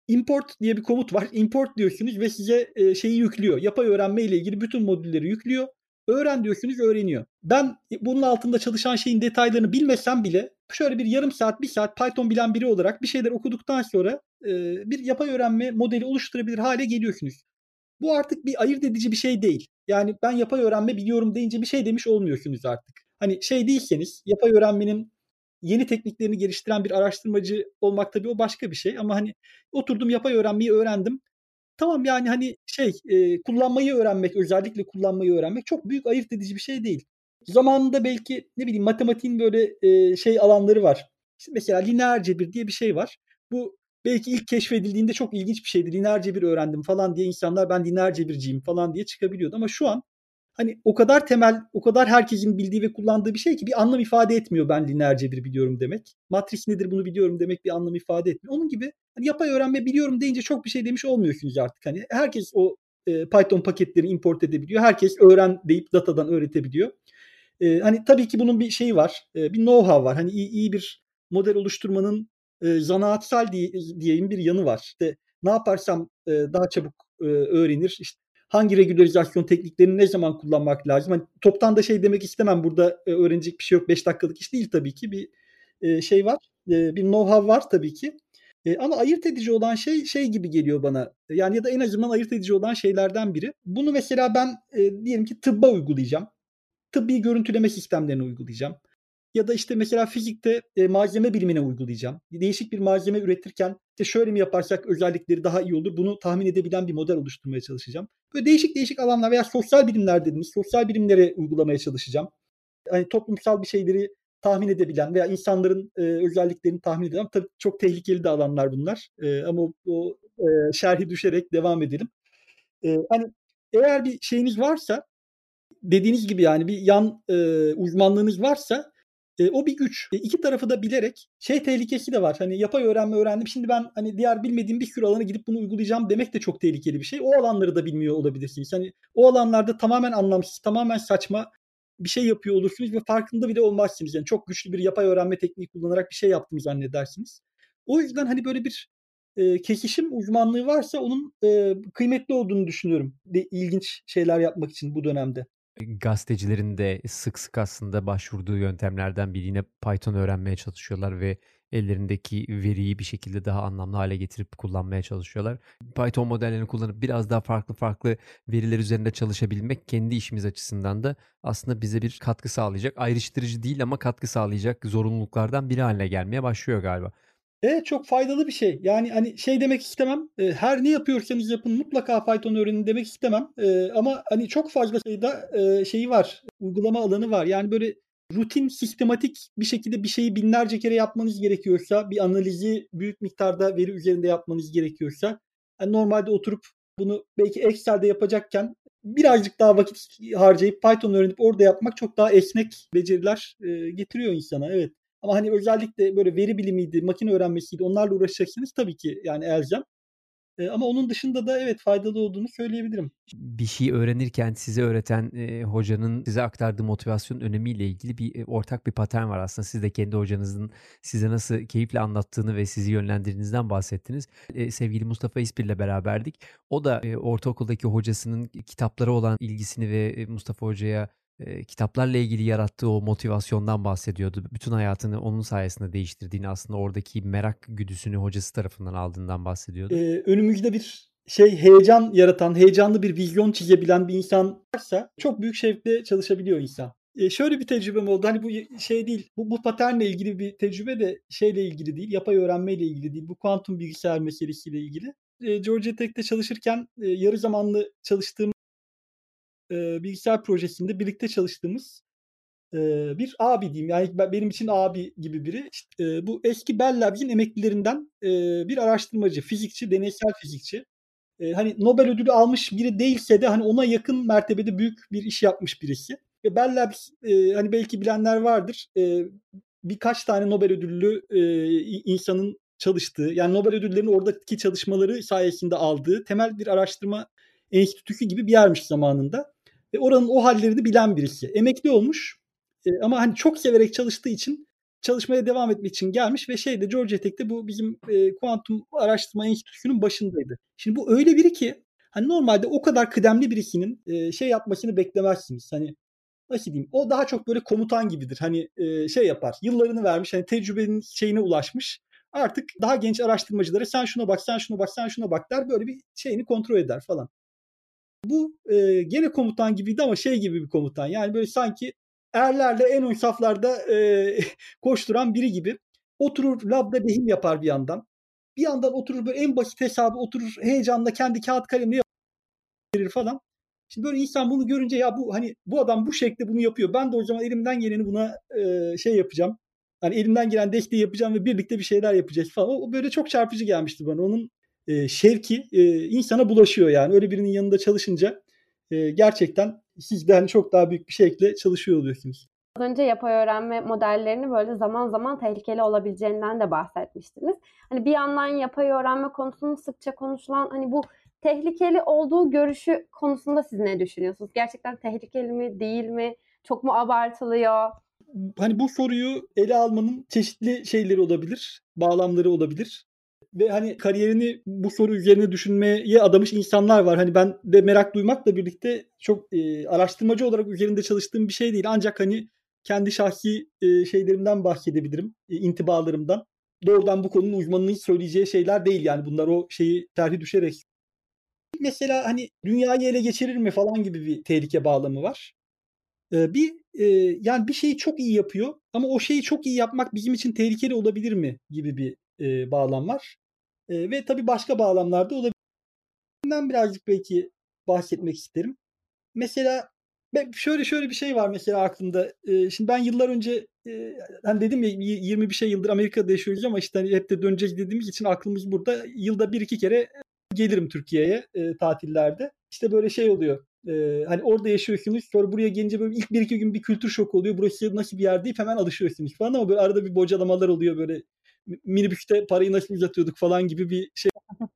Speaker 3: import diye bir komut var. Import diyorsunuz ve size e, şeyi yüklüyor. Yapay öğrenme ile ilgili bütün modülleri yüklüyor. Öğren diyorsunuz, öğreniyor. Ben bunun altında çalışan şeyin detaylarını bilmesem bile şöyle bir yarım saat, bir saat Python bilen biri olarak bir şeyler okuduktan sonra e, bir yapay öğrenme modeli oluşturabilir hale geliyorsunuz. Bu artık bir ayırt edici bir şey değil. Yani ben yapay öğrenme biliyorum deyince bir şey demiş olmuyorsunuz artık. Hani şey değilseniz, yapay öğrenmenin yeni tekniklerini geliştiren bir araştırmacı olmak tabii o başka bir şey. Ama hani oturdum yapay öğrenmeyi öğrendim. Tamam, yani hani şey e, kullanmayı öğrenmek, özellikle kullanmayı öğrenmek çok büyük ayırt edici bir şey değil. Zamanında belki ne bileyim matematiğin böyle e, şey alanları var. İşte mesela lineer cebir diye bir şey var. Bu belki ilk keşfedildiğinde çok ilginç bir şeydi. Lineer cebir öğrendim falan diye insanlar ben lineer cebirciyim falan diye çıkabiliyordu. Ama şu an hani o kadar temel, o kadar herkesin bildiği ve kullandığı bir şey ki bir anlam ifade etmiyor ben lineer cebir biliyorum demek. Matris nedir bunu biliyorum demek bir anlam ifade etmiyor. Onun gibi hani yapay öğrenme biliyorum deyince çok bir şey demiş olmuyorsunuz artık. Hani herkes o e, Python paketleri import edebiliyor. Herkes öğren deyip datadan öğretebiliyor. E, hani tabii ki bunun bir şeyi var. E, bir know-how var. Hani iyi, iyi bir model oluşturmanın e, zanaatsal diye, diyeyim bir yanı var. İşte ne yaparsam e, daha çabuk e, öğrenir. İşte hangi regülarizasyon tekniklerini ne zaman kullanmak lazım? Hani toptan da şey demek istemem. Burada e, öğrenecek bir şey yok. beş dakikalık iş değil tabii ki. Bir e, şey var. E, bir know-how var tabii ki. E, ama ayırt edici olan şey şey gibi geliyor bana. Yani ya da en azından ayırt edici olan şeylerden biri. Bunu mesela ben e, diyelim ki tıbba uygulayacağım. Tıbbi görüntüleme sistemlerine uygulayacağım. Ya da işte mesela fizikte e, malzeme bilimine uygulayacağım. Değişik bir malzeme üretirken işte şöyle mi yaparsak özellikleri daha iyi olur. Bunu tahmin edebilen bir model oluşturmaya çalışacağım. Böyle değişik değişik alanlar veya sosyal bilimler dediniz. Sosyal bilimlere uygulamaya çalışacağım. Hani toplumsal bir şeyleri tahmin edebilen veya insanların e, özelliklerini tahmin edebilen, tabii çok tehlikeli de alanlar bunlar. E, ama o, o e, şerhi düşerek devam edelim. E, hani eğer bir şeyiniz varsa, dediğiniz gibi yani bir yan e, uzmanlığınız varsa e, o bir güç. E, iki tarafı da bilerek şey tehlikesi de var. Hani yapay öğrenme öğrendim. Şimdi ben hani diğer bilmediğim bir sürü alana gidip bunu uygulayacağım demek de çok tehlikeli bir şey. O alanları da bilmiyor olabilirsiniz. Hani o alanlarda tamamen anlamsız, tamamen saçma bir şey yapıyor olursunuz ve farkında bile olmazsınız. Yani çok güçlü bir yapay öğrenme tekniği kullanarak bir şey yaptığını zannedersiniz. O yüzden hani böyle bir e, kesişim uzmanlığı varsa onun e, kıymetli olduğunu düşünüyorum. De, ilginç şeyler yapmak için bu dönemde.
Speaker 4: Gazetecilerin de sık sık aslında başvurduğu yöntemlerden biri yine Python öğrenmeye çalışıyorlar ve ellerindeki veriyi bir şekilde daha anlamlı hale getirip kullanmaya çalışıyorlar. Python modellerini kullanıp biraz daha farklı farklı veriler üzerinde çalışabilmek kendi işimiz açısından da aslında bize bir katkı sağlayacak. Ayrıştırıcı değil ama katkı sağlayacak zorunluluklardan biri haline gelmeye başlıyor galiba.
Speaker 3: Evet, çok faydalı bir şey. Yani hani şey demek istemem. E, her ne yapıyorsanız yapın mutlaka Python öğrenin demek istemem. E, ama hani çok fazla sayıda e, şeyi var. Uygulama alanı var. Yani böyle rutin, sistematik bir şekilde bir şeyi binlerce kere yapmanız gerekiyorsa, bir analizi büyük miktarda veri üzerinde yapmanız gerekiyorsa, yani normalde oturup bunu belki Excel'de yapacakken birazcık daha vakit harcayıp Python öğrenip orada yapmak çok daha esnek beceriler e, getiriyor insana. Evet. Ama hani özellikle böyle veri bilimiydi, makine öğrenmesiydi, onlarla uğraşacaksınız tabii ki yani elzem. E, ama onun dışında da evet faydalı olduğunu söyleyebilirim.
Speaker 4: Bir şey öğrenirken size öğreten e, hocanın size aktardığı motivasyonun önemiyle ilgili bir e, ortak bir patern var aslında. Siz de kendi hocanızın size nasıl keyifle anlattığını ve sizi yönlendirdiğinizden bahsettiniz. E, sevgili Mustafa İspir'le beraberdik. O da e, ortaokuldaki hocasının kitaplara olan ilgisini ve e, Mustafa Hoca'ya e, kitaplarla ilgili yarattığı o motivasyondan bahsediyordu. Bütün hayatını onun sayesinde değiştirdiğini, aslında oradaki merak güdüsünü hocası tarafından aldığından bahsediyordu.
Speaker 3: E, önümüzde bir şey heyecan yaratan, heyecanlı bir vizyon çizebilen bir insan varsa çok büyük şevkle çalışabiliyor insan. E, şöyle bir tecrübem oldu. Hani bu şey değil, bu, bu paternle ilgili bir tecrübe de şeyle ilgili değil, yapay öğrenmeyle ilgili değil. Bu kuantum bilgisayar meselesiyle ilgili. E, Georgia Tech'te çalışırken e, yarı zamanlı çalıştığım e, bilgisayar projesinde birlikte çalıştığımız e, bir abi diyeyim. Yani benim için abi gibi biri. İşte, e, bu eski Bell Labs'in emeklilerinden e, bir araştırmacı, fizikçi, deneysel fizikçi. E, hani Nobel ödülü almış biri değilse de hani ona yakın mertebede büyük bir iş yapmış birisi. Ve Bell Labs e, hani belki bilenler vardır. E, birkaç tane Nobel ödüllü e, insanın çalıştığı, yani Nobel ödüllerinin oradaki çalışmaları sayesinde aldığı temel bir araştırma enstitüsü gibi bir yermiş zamanında. Ve oranın o hallerini bilen birisi. Emekli olmuş. E, ama hani çok severek çalıştığı için çalışmaya devam etmek için gelmiş ve şeyde Georgia Tech'te bu bizim e, kuantum araştırma enstitüsünün başındaydı. Şimdi bu öyle biri ki hani normalde o kadar kıdemli birisinin e, şey yapmasını beklemezsiniz. Hani nasıl diyeyim? O daha çok böyle komutan gibidir. Hani e, şey yapar. Yıllarını vermiş. Hani tecrübenin şeyine ulaşmış. Artık daha genç araştırmacılara sen şuna bak, sen şuna bak, sen şuna bak der. Böyle bir şeyini kontrol eder falan. Bu e, gene komutan gibiydi ama şey gibi bir komutan. Yani böyle sanki erlerle en ön saflarda e, koşturan biri gibi. Oturur labda behim yapar bir yandan. Bir yandan oturur böyle en basit hesabı oturur heyecanla kendi kağıt kalemle verir falan. Şimdi böyle insan bunu görünce ya bu hani bu adam bu şekilde bunu yapıyor. Ben de o zaman elimden geleni buna e, şey yapacağım. Hani elimden gelen desteği yapacağım ve birlikte bir şeyler yapacağız falan. O böyle çok çarpıcı gelmişti bana. Onun e, şevki e, insana bulaşıyor yani. Öyle birinin yanında çalışınca e, gerçekten siz de hani çok daha büyük bir şekilde çalışıyor oluyorsunuz.
Speaker 5: Az önce yapay öğrenme modellerini böyle zaman zaman tehlikeli olabileceğinden de bahsetmiştiniz. Hani bir yandan yapay öğrenme konusunun sıkça konuşulan hani bu tehlikeli olduğu görüşü konusunda siz ne düşünüyorsunuz? Gerçekten tehlikeli mi, değil mi? Çok mu abartılıyor?
Speaker 3: Hani bu soruyu ele almanın çeşitli şeyleri olabilir, bağlamları olabilir. Ve hani kariyerini bu soru üzerine düşünmeye adamış insanlar var. Hani ben de merak duymakla birlikte çok e, araştırmacı olarak üzerinde çalıştığım bir şey değil. Ancak hani kendi şahsi e, şeylerimden bahsedebilirim, e, intibalarımdan. Doğrudan bu konunun uzmanının söyleyeceği şeyler değil yani bunlar o şeyi terhi düşerek. Mesela hani dünyayı ele geçirir mi falan gibi bir tehlike bağlamı var. Ee, bir e, yani bir şeyi çok iyi yapıyor ama o şeyi çok iyi yapmak bizim için tehlikeli olabilir mi gibi bir e, bağlam var. E, ve tabii başka bağlamlarda olabilir. Ben birazcık belki bahsetmek isterim. Mesela ben şöyle şöyle bir şey var mesela aklımda. E, şimdi ben yıllar önce e, hani dedim ya yirmi bir şey yıldır Amerika'da yaşıyoruz ama işte hani hep de döneceğiz dediğimiz için aklımız burada. Yılda bir iki kere gelirim Türkiye'ye e, tatillerde. İşte böyle şey oluyor. E, hani orada yaşıyorsunuz. Sonra buraya gelince böyle ilk bir iki gün bir kültür şoku oluyor. Burası nasıl bir yer deyip hemen alışıyorsunuz falan ama böyle arada bir bocalamalar oluyor böyle. Minibüste parayı nasıl uzatıyorduk falan gibi bir şey.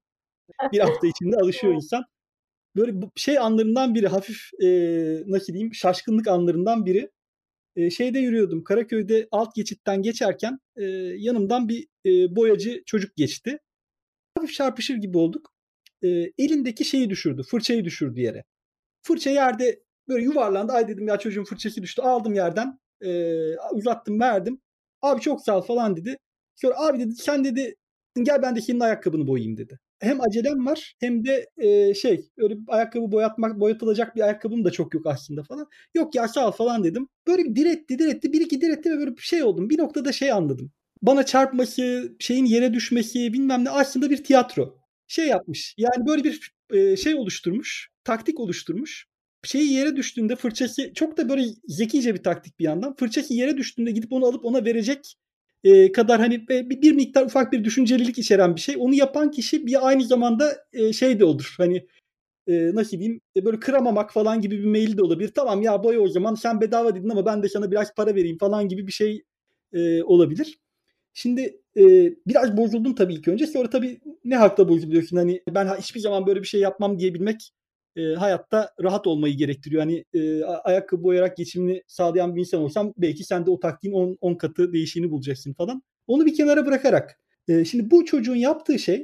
Speaker 3: Bir hafta içinde alışıyor insan. Böyle bu şey anlarından biri hafif e, nasıl diyeyim şaşkınlık anlarından biri. E, şeyde yürüyordum Karaköy'de alt geçitten geçerken e, yanımdan bir e, boyacı çocuk geçti. Hafif çarpışır gibi olduk. E, elindeki şeyi düşürdü. Fırçayı düşürdü yere. Fırça yerde böyle yuvarlandı. Ay dedim ya çocuğun fırçası düştü. Aldım yerden. E, uzattım verdim. Abi çok sağ ol falan dedi. Sonra abi dedi sen dedi gel ben de senin ayakkabını boyayayım dedi. Hem acelem var hem de e, şey öyle bir ayakkabı boyatmak boyatılacak bir ayakkabım da çok yok aslında falan. Yok ya sağ ol falan dedim. Böyle bir diretti diretti bir iki diretti ve böyle bir şey oldum. Bir noktada şey anladım. Bana çarpması, şeyin yere düşmesi bilmem ne aslında bir tiyatro. Şey yapmış yani böyle bir e, şey oluşturmuş. Taktik oluşturmuş. Şeyi yere düştüğünde fırçası çok da böyle zekice bir taktik bir yandan. Fırçası yere düştüğünde gidip onu alıp ona verecek e, kadar hani bir, bir miktar ufak bir düşüncelilik içeren bir şey. Onu yapan kişi bir aynı zamanda e, şey de olur. Hani e, nasıl diyeyim e, böyle kıramamak falan gibi bir mail de olabilir. Tamam ya boya o zaman sen bedava dedin ama ben de sana biraz para vereyim falan gibi bir şey e, olabilir. Şimdi e, biraz bozuldum tabii ilk önce. Sonra tabii ne hakla bozuluyorsun? Hani ben hiçbir zaman böyle bir şey yapmam diyebilmek e, hayatta rahat olmayı gerektiriyor. Hani e, ayakkabı boyayarak geçimini sağlayan bir insan olsam belki sen de o taktiğin on katı değişiğini bulacaksın falan. Onu bir kenara bırakarak. E, şimdi bu çocuğun yaptığı şey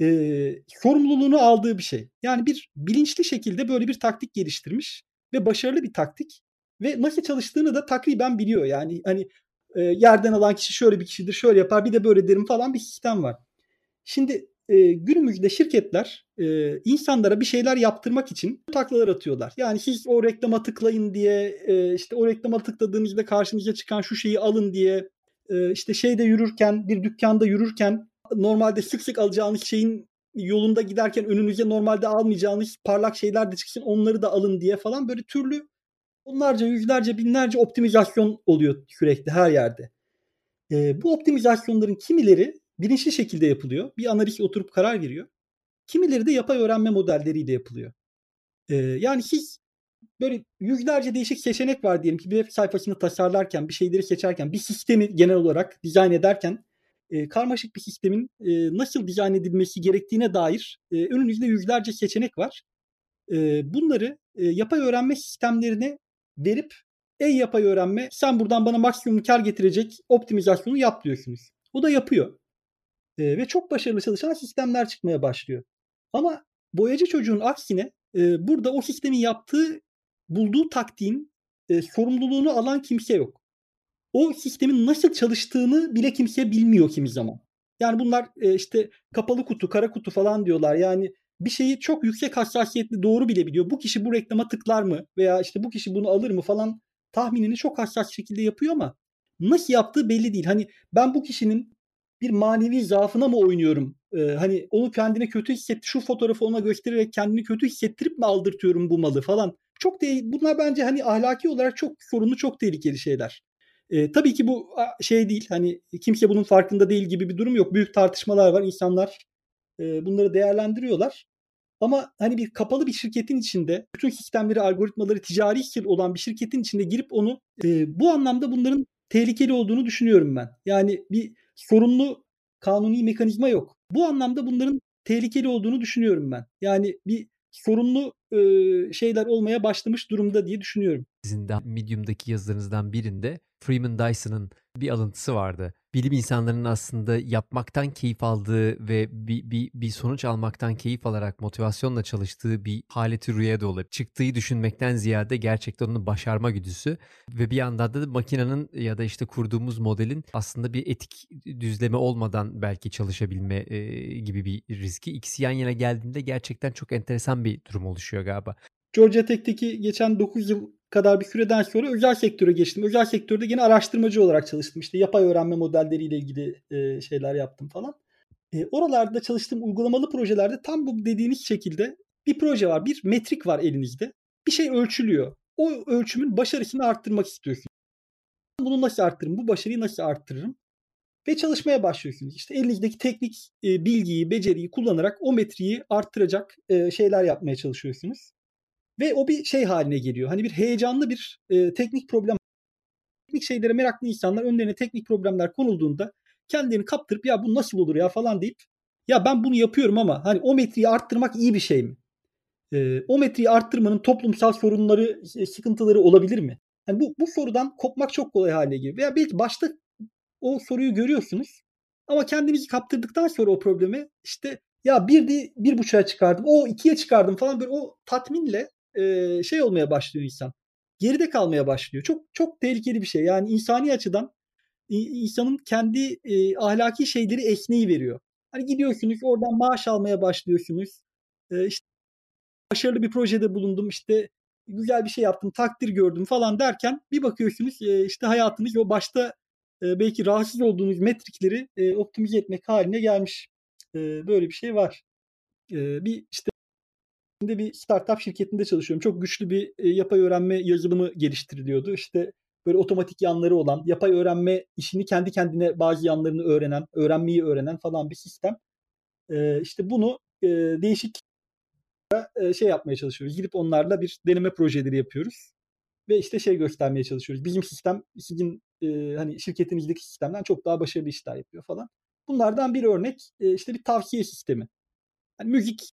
Speaker 3: e, sorumluluğunu aldığı bir şey. Yani bir bilinçli şekilde böyle bir taktik geliştirmiş ve başarılı bir taktik ve nasıl çalıştığını da takriben biliyor. Yani hani e, yerden alan kişi şöyle bir kişidir, şöyle yapar, bir de böyle derim falan bir sistem var. Şimdi e, günümüzde şirketler e, insanlara bir şeyler yaptırmak için taklalar atıyorlar. Yani siz o reklama tıklayın diye, e, işte o reklama tıkladığınızda karşınıza çıkan şu şeyi alın diye, e, işte şeyde yürürken, bir dükkanda yürürken normalde sık sık alacağınız şeyin yolunda giderken önünüze normalde almayacağınız parlak şeyler de çıksın onları da alın diye falan böyle türlü onlarca, yüzlerce, binlerce optimizasyon oluyor sürekli her yerde. E, bu optimizasyonların kimileri bilinçli şekilde yapılıyor. Bir analist oturup karar veriyor. Kimileri de yapay öğrenme modelleriyle yapılıyor. E, yani siz böyle yüzlerce değişik seçenek var diyelim ki bir web sayfasını tasarlarken, bir şeyleri seçerken, bir sistemi genel olarak dizayn ederken e, karmaşık bir sistemin e, nasıl dizayn edilmesi gerektiğine dair e, önünüzde yüzlerce seçenek var. E, bunları e, yapay öğrenme sistemlerine verip Ey yapay öğrenme, sen buradan bana maksimum kar getirecek optimizasyonu yap diyorsunuz. O da yapıyor. E, ve çok başarılı çalışan sistemler çıkmaya başlıyor. Ama boyacı çocuğun aksine e, burada o sistemin yaptığı, bulduğu taktiğin e, sorumluluğunu alan kimse yok. O sistemin nasıl çalıştığını bile kimse bilmiyor kimi zaman. Yani bunlar e, işte kapalı kutu, kara kutu falan diyorlar. Yani bir şeyi çok yüksek hassasiyetli doğru bile biliyor. Bu kişi bu reklama tıklar mı? Veya işte bu kişi bunu alır mı falan tahminini çok hassas şekilde yapıyor ama nasıl yaptığı belli değil. Hani ben bu kişinin bir manevi zaafına mı oynuyorum? Ee, hani onu kendine kötü hissetti, şu fotoğrafı ona göstererek kendini kötü hissettirip mi aldırtıyorum bu malı falan. Çok de, bunlar bence hani ahlaki olarak çok sorunlu, çok tehlikeli şeyler. E, tabii ki bu şey değil, hani kimse bunun farkında değil gibi bir durum yok. Büyük tartışmalar var, insanlar e, bunları değerlendiriyorlar. Ama hani bir kapalı bir şirketin içinde, bütün sistemleri, algoritmaları ticari sır olan bir şirketin içinde girip onu e, bu anlamda bunların tehlikeli olduğunu düşünüyorum ben. Yani bir sorunlu kanuni mekanizma yok. Bu anlamda bunların tehlikeli olduğunu düşünüyorum ben. Yani bir sorunlu e, şeyler olmaya başlamış durumda diye düşünüyorum.
Speaker 4: Sizin de Medium'daki yazılarınızdan birinde Freeman Dyson'ın bir alıntısı vardı. Bilim insanlarının aslında yapmaktan keyif aldığı ve bir, bir, bir sonuç almaktan keyif alarak motivasyonla çalıştığı bir haleti rüya da olabilir. Çıktığı düşünmekten ziyade gerçekten onu başarma güdüsü ve bir yandan da makinenin ya da işte kurduğumuz modelin aslında bir etik düzleme olmadan belki çalışabilme e, gibi bir riski. İkisi yan yana geldiğinde gerçekten çok enteresan bir durum oluşuyor galiba.
Speaker 3: Georgia Tech'teki geçen dokuz yıl kadar bir süreden sonra özel sektöre geçtim. Özel sektörde yine araştırmacı olarak çalıştım. İşte yapay öğrenme modelleriyle ilgili e, şeyler yaptım falan. E, oralarda çalıştığım uygulamalı projelerde tam bu dediğiniz şekilde bir proje var, bir metrik var elinizde. Bir şey ölçülüyor. O ölçümün başarısını arttırmak istiyorsunuz. Bunu nasıl arttırırım? Bu başarıyı nasıl arttırırım? Ve çalışmaya başlıyorsunuz. İşte elinizdeki teknik e, bilgiyi, beceriyi kullanarak o metriği arttıracak e, şeyler yapmaya çalışıyorsunuz. Ve o bir şey haline geliyor. Hani bir heyecanlı bir e, teknik problem. Teknik şeylere meraklı insanlar önlerine teknik problemler konulduğunda kendilerini kaptırıp ya bu nasıl olur ya falan deyip ya ben bunu yapıyorum ama hani o metriği arttırmak iyi bir şey mi? E, o metriği arttırmanın toplumsal sorunları, e, sıkıntıları olabilir mi? Yani bu, bu sorudan kopmak çok kolay haline geliyor. Veya belki başta o soruyu görüyorsunuz ama kendinizi kaptırdıktan sonra o probleme işte ya bir de bir buçuğa çıkardım, o ikiye çıkardım falan böyle o tatminle e, şey olmaya başlıyor insan. Geride kalmaya başlıyor. Çok çok tehlikeli bir şey. Yani insani açıdan insanın kendi e, ahlaki şeyleri esneyi veriyor. Hani gidiyorsunuz oradan maaş almaya başlıyorsunuz. E, işte başarılı bir projede bulundum, işte güzel bir şey yaptım, takdir gördüm falan derken bir bakıyorsunuz e, işte hayatınız o başta e, belki rahatsız olduğunuz metrikleri e, optimize etmek haline gelmiş. E, böyle bir şey var. E, bir işte bir startup şirketinde çalışıyorum. Çok güçlü bir e, yapay öğrenme yazılımı geliştiriliyordu. İşte böyle otomatik yanları olan, yapay öğrenme işini kendi kendine bazı yanlarını öğrenen, öğrenmeyi öğrenen falan bir sistem. E, işte bunu e, değişik şey yapmaya çalışıyoruz. Gidip onlarla bir deneme projeleri yapıyoruz. Ve işte şey göstermeye çalışıyoruz. Bizim sistem sizin e, hani şirketinizdeki sistemden çok daha başarılı işler yapıyor falan. Bunlardan bir örnek e, işte bir tavsiye sistemi. Hani müzik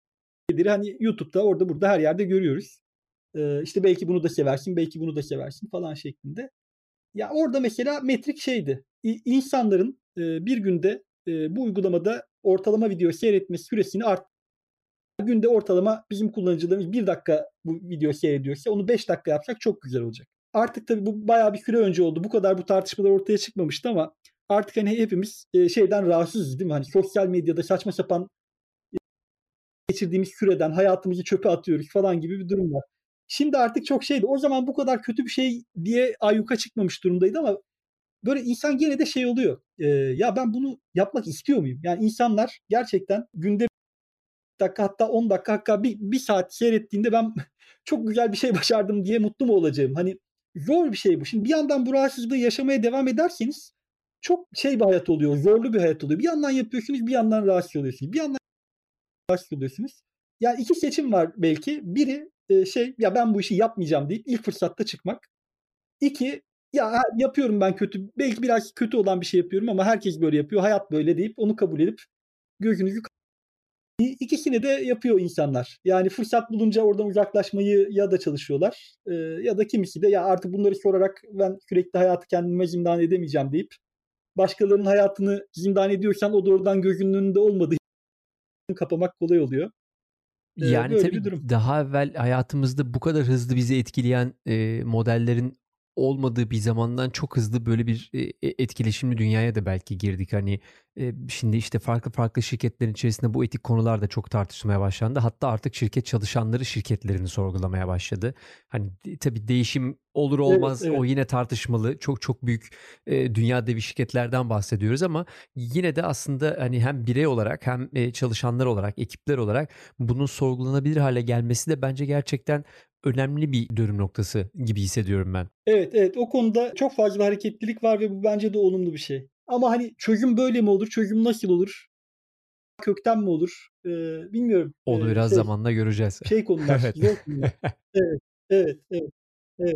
Speaker 3: hani YouTube'da orada burada her yerde görüyoruz. E, işte belki bunu da seversin, belki bunu da seversin falan şeklinde. Ya orada mesela metrik şeydi. İnsanların e, bir günde e, bu uygulamada ortalama video seyretme süresini art günde ortalama bizim kullanıcılarımız bir dakika bu video seyrediyorsa onu beş dakika yapsak çok güzel olacak. Artık tabii bu bayağı bir süre önce oldu. Bu kadar bu tartışmalar ortaya çıkmamıştı ama artık hani hepimiz şeyden rahatsızız değil mi? Hani sosyal medyada saçma sapan geçirdiğimiz süreden hayatımızı çöpe atıyoruz falan gibi bir durum var. Şimdi artık çok şeydi. O zaman bu kadar kötü bir şey diye ayyuka çıkmamış durumdaydı ama böyle insan gene de şey oluyor. E, ya ben bunu yapmak istiyor muyum? Yani insanlar gerçekten günde dakika hatta on dakika hatta bir, bir saat seyrettiğinde ben çok güzel bir şey başardım diye mutlu mu olacağım? Hani zor bir şey bu. Şimdi bir yandan bu rahatsızlığı yaşamaya devam ederseniz çok şey bir hayat oluyor. Zorlu bir hayat oluyor. Bir yandan yapıyorsunuz, bir yandan rahatsız oluyorsunuz. Bir yandan rahatsız oluyorsunuz. Yani iki seçim var belki. Biri e, şey ya ben bu işi yapmayacağım deyip ilk fırsatta çıkmak. İki ya yapıyorum ben kötü. Belki biraz kötü olan bir şey yapıyorum ama herkes böyle yapıyor. Hayat böyle deyip onu kabul edip gözünüzü İ ikisini de yapıyor insanlar. Yani fırsat bulunca oradan uzaklaşmayı ya da çalışıyorlar e, ya da kimisi de ya artık bunları sorarak ben sürekli hayatı kendime zindan edemeyeceğim deyip başkalarının hayatını zindan ediyorsan o doğrudan gözünün önünde olmadığı için kapamak kolay oluyor. E,
Speaker 4: Yani
Speaker 3: böyle bir
Speaker 4: tabii
Speaker 3: durum.
Speaker 4: daha evvel hayatımızda bu kadar hızlı bizi etkileyen e, modellerin olmadığı bir zamandan çok hızlı böyle bir e, etkileşimli dünyaya da belki girdik. Hani e, şimdi işte farklı farklı şirketlerin içerisinde bu etik konular da çok tartışılmaya başlandı. Hatta artık şirket çalışanları şirketlerini sorgulamaya başladı. Hani de- tabii değişim olur
Speaker 3: Evet,
Speaker 4: olmaz
Speaker 3: evet.
Speaker 4: o yine tartışmalı. Çok çok büyük e, dünya devi şirketlerden bahsediyoruz ama yine de aslında hani hem birey olarak hem e, çalışanlar olarak, ekipler olarak bunun sorgulanabilir hale gelmesi de bence gerçekten önemli bir dönüm noktası gibi hissediyorum ben.
Speaker 3: Evet, evet. O konuda çok fazla hareketlilik var ve bu bence de olumlu bir şey. Ama hani çözüm böyle mi olur? Çözüm nasıl olur? Kökten mi olur? Ee, bilmiyorum.
Speaker 4: Onu
Speaker 3: Ee,
Speaker 4: biraz
Speaker 3: şey,
Speaker 4: zamanla göreceğiz.
Speaker 3: şey konular,
Speaker 4: Evet.
Speaker 3: zor konular. Evet, evet, evet, evet.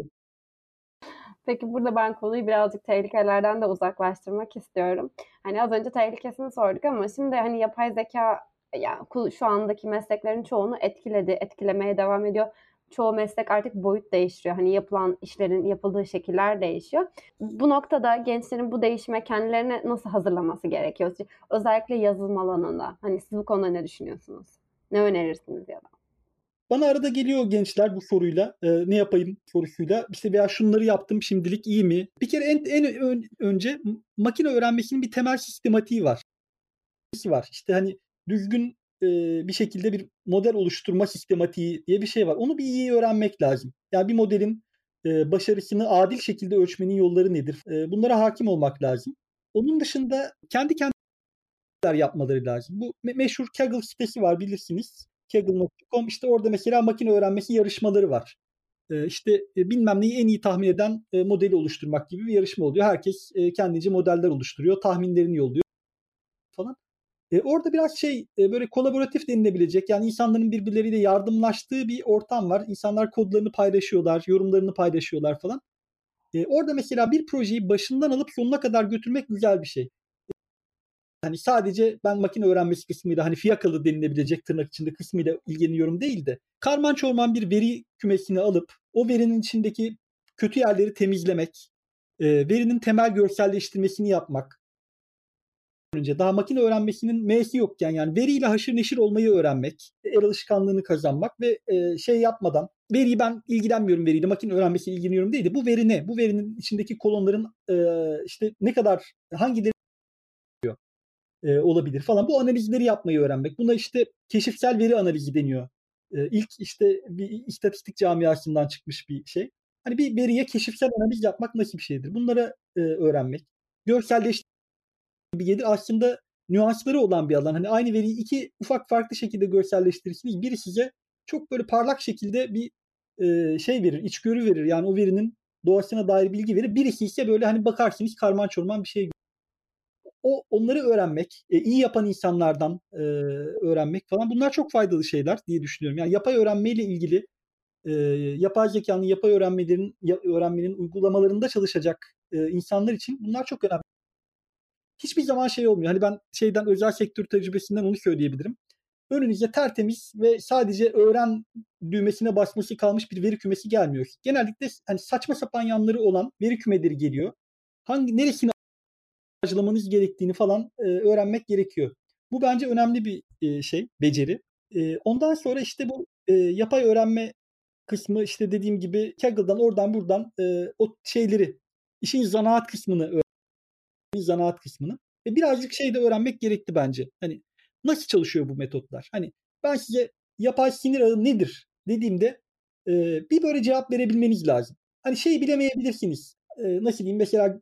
Speaker 5: Peki burada ben konuyu birazcık tehlikelerden de uzaklaştırmak istiyorum. Hani az önce tehlikesini sorduk ama şimdi hani yapay zeka yani şu andaki mesleklerin çoğunu etkiledi, etkilemeye devam ediyor. Çoğu meslek artık boyut değiştiriyor. Hani yapılan işlerin yapıldığı şekiller değişiyor. Bu noktada gençlerin bu değişime kendilerini nasıl hazırlaması gerekiyor? Özellikle yazılım alanında. Hani siz bu konuda ne düşünüyorsunuz? Ne önerirsiniz ya da?
Speaker 3: Bana arada geliyor gençler bu soruyla. E, ne yapayım sorusuyla. İşte veya şunları yaptım şimdilik iyi mi? Bir kere en, en ön- önce makine öğrenmesinin bir temel sistematiği var. var. İşte hani düzgün e, bir şekilde bir model oluşturma sistematiği diye bir şey var. Onu bir iyi öğrenmek lazım. Yani bir modelin e, başarısını adil şekilde ölçmenin yolları nedir? E, bunlara hakim olmak lazım. Onun dışında kendi kendiler yapmaları lazım. Bu me- meşhur Kaggle sitesi var bilirsiniz. Kaggle nokta com işte orada mesela makine öğrenmesi yarışmaları var. E, işte e, bilmem neyi en iyi tahmin eden e, modeli oluşturmak gibi bir yarışma oluyor. Herkes e, kendince modeller oluşturuyor, tahminlerini yolluyor falan. E, orada biraz şey e, böyle kolaboratif denilebilecek yani insanların birbirleriyle yardımlaştığı bir ortam var. İnsanlar kodlarını paylaşıyorlar, yorumlarını paylaşıyorlar falan. E, orada mesela bir projeyi başından alıp sonuna kadar götürmek güzel bir şey. Hani sadece ben makine öğrenmesi kısmıyla hani fiyakalı denilebilecek tırnak içinde kısmıyla ilgileniyorum değil de karman çorman bir veri kümesini alıp o verinin içindeki kötü yerleri temizlemek, e, verinin temel görselleştirmesini yapmak, önce daha makine öğrenmesinin M'si yokken yani veriyle haşır neşir olmayı öğrenmek, el alışkanlığını kazanmak ve e, şey yapmadan veriyi ben ilgilenmiyorum veriyle makine öğrenmesiyle ilgileniyorum değil de bu veri ne? Bu verinin içindeki kolonların e, işte ne kadar hangileri e, olabilir falan bu analizleri yapmayı öğrenmek. Buna işte keşifsel veri analizi deniyor. E, ilk işte bir istatistik camiasından çıkmış bir şey. Hani bir veriye keşifsel analiz yapmak nasıl bir şeydir? Bunları e, öğrenmek. Görselleştirmek gibi gelir. Aslında nüansları olan bir alan. Hani aynı veriyi iki ufak farklı şekilde görselleştirirsiniz. Biri size çok böyle parlak şekilde bir e, şey verir, içgörü verir. Yani o verinin doğasına dair bilgi verir. Birisi ise böyle hani bakarsınız karman çorman bir şey. O onları öğrenmek, e, iyi yapan insanlardan e, öğrenmek falan bunlar çok faydalı şeyler diye düşünüyorum. Yani yapay öğrenmeyle ilgili e, yapay zekanın, yapay öğrenmelerin, ya, öğrenmenin uygulamalarında çalışacak e, insanlar için bunlar çok önemli. Hiçbir zaman şey olmuyor. Hani ben şeyden özel sektör tecrübesinden onu söyleyebilirim. Önünüze tertemiz ve sadece öğren düğmesine basması kalmış bir veri kümesi gelmiyor. Genellikle hani saçma sapan yanları olan veri kümeleri geliyor. Hangi neresini harcalamanız gerektiğini falan e, öğrenmek gerekiyor. Bu bence önemli bir e, şey, beceri. E, ondan sonra işte bu e, yapay öğrenme kısmı işte dediğim gibi Kaggle'dan oradan buradan e, o şeyleri işin zanaat kısmını zanaat kısmını. Ve birazcık şey de öğrenmek gerekti bence. Hani nasıl çalışıyor bu metotlar? Hani ben size yapay sinir ağı nedir dediğimde e, bir böyle cevap verebilmeniz lazım. Hani şeyi bilemeyebilirsiniz. E, nasıl diyeyim mesela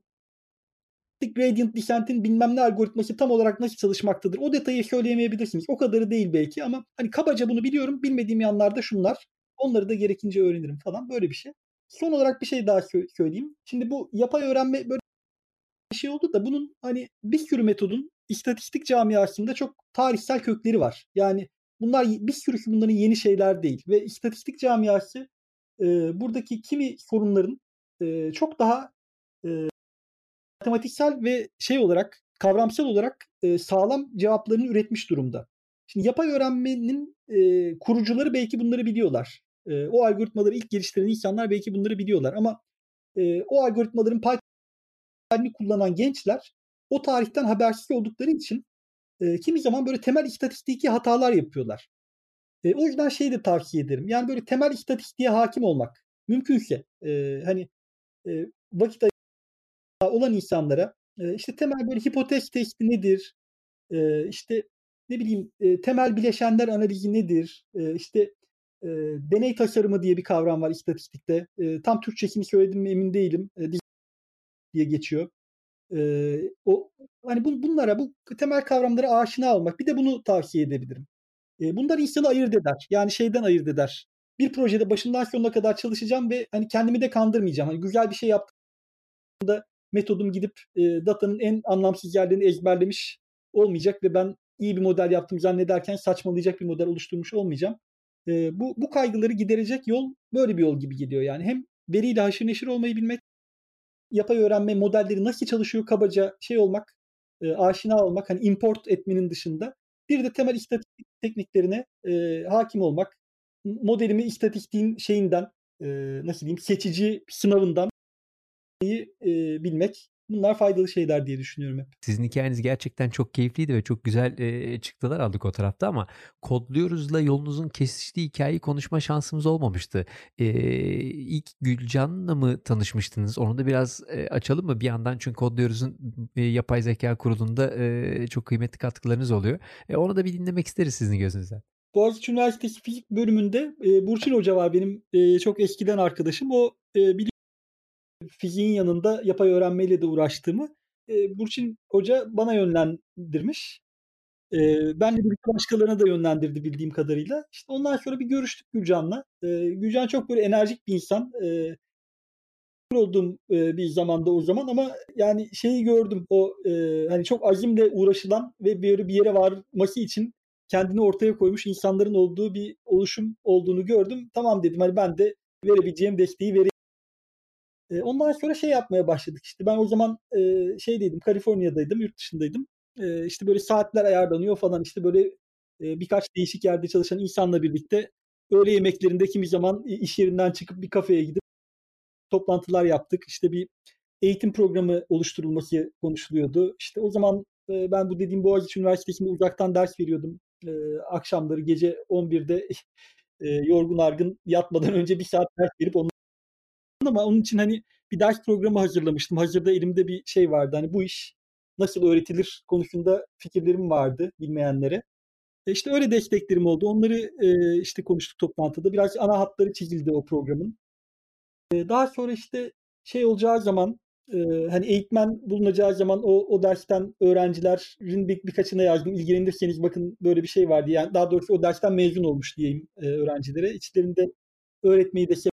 Speaker 3: gradient descent'in bilmem ne algoritması tam olarak nasıl çalışmaktadır? O detayı söyleyemeyebilirsiniz. O kadarı değil belki ama hani kabaca bunu biliyorum. Bilmediğim yanlarda şunlar. Onları da gerekince öğrenirim falan böyle bir şey. Son olarak bir şey daha söyleyeyim. Şimdi bu yapay öğrenme böyle bir şey oldu da bunun hani bir sürü metodun istatistik camiasında çok tarihsel kökleri var. Yani bunlar bir sürü bunların yeni şeyler değil ve istatistik camiası e, buradaki kimi sorunların e, çok daha e, matematiksel ve şey olarak kavramsal olarak e, sağlam cevaplarını üretmiş durumda. Şimdi yapay öğrenmenin e, kurucuları belki bunları biliyorlar. E, o algoritmaları ilk geliştiren insanlar belki bunları biliyorlar ama e, o algoritmaların Python'ı kullanan gençler o tarihten habersiz oldukları için e, kimi zaman böyle temel istatistiki hatalar yapıyorlar. E, o yüzden şeyi de tavsiye ederim. Yani böyle temel istatistiğe hakim olmak mümkünse e, hani e, vakit olan insanlara e, işte temel böyle hipotez testi nedir? E, işte ne bileyim e, temel bileşenler analizi nedir? E, işte e, deney tasarımı diye bir kavram var istatistikte. E, tam Türkçesini söyledim mi emin değilim. E, diye geçiyor. E, o hani bu, bunlara bu temel kavramlara aşina olmak. Bir de bunu tavsiye edebilirim. E, bunlar insanı ayırt eder. Yani şeyden ayırt eder. Bir projede başından sonuna kadar çalışacağım ve hani kendimi de kandırmayacağım. Hani güzel bir şey yaptığımda metodum gidip e, datanın en anlamsız yerlerini ezberlemiş olmayacak ve ben iyi bir model yaptım zannederken saçmalayacak bir model oluşturmuş olmayacağım. E, bu bu kaygıları giderecek yol böyle bir yol gibi geliyor yani. Hem veriyle haşır neşir olmayı bilmek, yapay öğrenme modelleri nasıl çalışıyor kabaca şey olmak, e, aşina olmak, hani import etmenin dışında bir de temel istatistik tekniklerine e, hakim olmak, modelimi istatistiğin şeyinden e, nasıl diyeyim seçici sınavından e, bilmek. Bunlar faydalı şeyler diye düşünüyorum hep.
Speaker 4: Sizin hikayeniz gerçekten çok keyifliydi ve çok güzel e, çıktılar aldık o tarafta ama Kodluyoruz'la yolunuzun kesiştiği hikayeyi konuşma şansımız olmamıştı. E, ilk Gülcan'la mı tanışmıştınız? Onu da biraz e, açalım mı bir yandan? Çünkü Kodluyoruz'un e, yapay zeka kurulunda e, çok kıymetli katkılarınız oluyor. E, onu da bir dinlemek isteriz sizin gözünüzden.
Speaker 3: Boğaziçi Üniversitesi Fizik bölümünde e, Burçin Hoca var benim e, çok eskiden arkadaşım. O e, biliyor fiziğin yanında yapay öğrenmeyle de uğraştığımı. E, Burçin Hoca bana yönlendirmiş. E, ben de birlikte başkalarına da yönlendirdi bildiğim kadarıyla. İşte ondan sonra bir görüştük Gülcan'la. E, Gülcan çok böyle enerjik bir insan. E, olduğum e, bir zamanda o zaman ama yani şeyi gördüm. O e, hani çok azimle uğraşılan ve böyle bir yere varması için kendini ortaya koymuş insanların olduğu bir oluşum olduğunu gördüm. Tamam dedim hani ben de verebileceğim desteği vereyim. E, ondan sonra şey yapmaya başladık. İşte ben o zaman e, şeydeydim, Kaliforniya'daydım, yurt dışındaydım. E, işte böyle saatler ayarlanıyor falan. İşte böyle e, birkaç değişik yerde çalışan insanla birlikte öğle yemeklerinde kimi zaman iş yerinden çıkıp bir kafeye gidip toplantılar yaptık. İşte bir eğitim programı oluşturulması konuşuluyordu. İşte o zaman e, ben bu dediğim Boğaziçi Üniversitesi'nde uzaktan ders veriyordum. E, akşamları gece on birde e, yorgun argın yatmadan önce bir saat ders verip ondan ama onun için hani bir ders programı hazırlamıştım. Hazırda elimde bir şey vardı. Hani bu iş nasıl öğretilir konusunda fikirlerim vardı bilmeyenlere. E işte öyle desteklerim oldu. Onları e, işte konuştuk toplantıda. Biraz ana hatları çizildi o programın. E, daha sonra işte şey olacağı zaman e, hani eğitmen bulunacağı zaman o, o dersten öğrencilerin bir, birkaçına yazdım. İlgilenirseniz bakın böyle bir şey vardı. Yani daha doğrusu o dersten mezun olmuş diyeyim e, öğrencilere. İçlerinde öğretmeyi de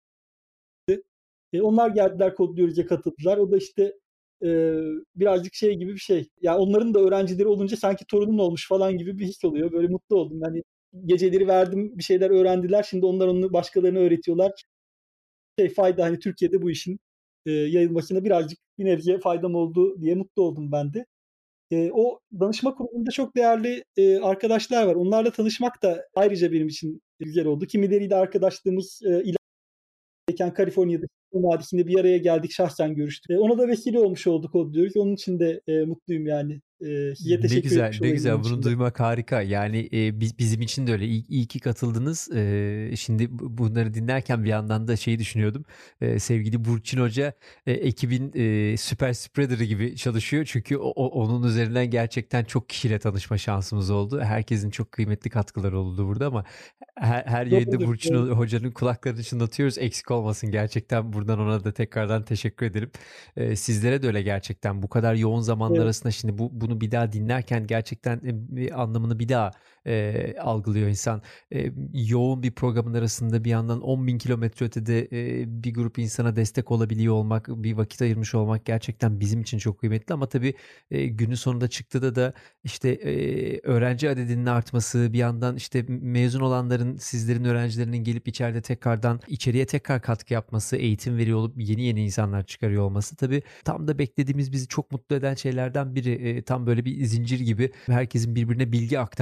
Speaker 3: E, onlar geldiler Kodluyoruz'a katıldılar. O da işte e, birazcık şey gibi bir şey. Ya onların da öğrencileri olunca sanki torunun olmuş falan gibi bir his oluyor. Böyle mutlu oldum. Hani geceleri verdim, bir şeyler öğrendiler. Şimdi onlar onu başkalarına öğretiyorlar. Şey fayda hani Türkiye'de bu işin e, yayılmasına birazcık bir nebze faydam oldu diye mutlu oldum ben de. E, o danışma kurulunda çok değerli e, arkadaşlar var. Onlarla tanışmak da ayrıca benim için güzel oldu. Kimileriyle arkadaşlığımız e, Kaliforniya'da Vadisi'nde bir araya geldik, şahsen görüştük. E, ona da vesile olmuş olduk o diyoruz. Onun için de e, mutluyum yani. E, size
Speaker 4: Ne
Speaker 3: teşekkür
Speaker 4: güzel,
Speaker 3: etmiş
Speaker 4: ne
Speaker 3: olayım
Speaker 4: güzel.
Speaker 3: bunun
Speaker 4: Bunu
Speaker 3: için de.
Speaker 4: duymak harika. Yani e, biz bizim için de öyle. İyi, iyi ki katıldınız. E, şimdi bu- bunları dinlerken bir yandan da şeyi düşünüyordum. E, sevgili Burçin Hoca e, ekibin e, süper spreader'ı gibi çalışıyor. Çünkü o, o- onun üzerinden gerçekten çok kişiyle tanışma şansımız oldu. Herkesin çok kıymetli katkıları oldu burada ama her, her yayında
Speaker 3: Doğrudur,
Speaker 4: Burçin
Speaker 3: doğrudur.
Speaker 4: Hoca'nın kulaklarını çınlatıyoruz. Eksik olmasın gerçekten. Buradan ona da tekrardan teşekkür ederim. E, sizlere de öyle gerçekten. Bu kadar yoğun zamanlar
Speaker 3: Evet.
Speaker 4: arasında şimdi bu bunu bir daha dinlerken gerçekten e, bir anlamını bir daha e, algılıyor insan. E, yoğun bir programın arasında bir yandan on bin kilometre ötede e, bir grup insana destek olabiliyor olmak, bir vakit ayırmış olmak gerçekten bizim için çok kıymetli ama tabii e, günün sonunda çıktı da da işte e, öğrenci adedinin artması, bir yandan işte mezun olanların, sizlerin öğrencilerinin gelip içeride tekrardan içeriye tekrar katkı yapması, eğitim veriyor olup yeni yeni insanlar çıkarıyor olması tabii tam da beklediğimiz, bizi çok mutlu eden şeylerden biri. E, tam böyle bir zincir gibi herkesin birbirine bilgi aktardığı bir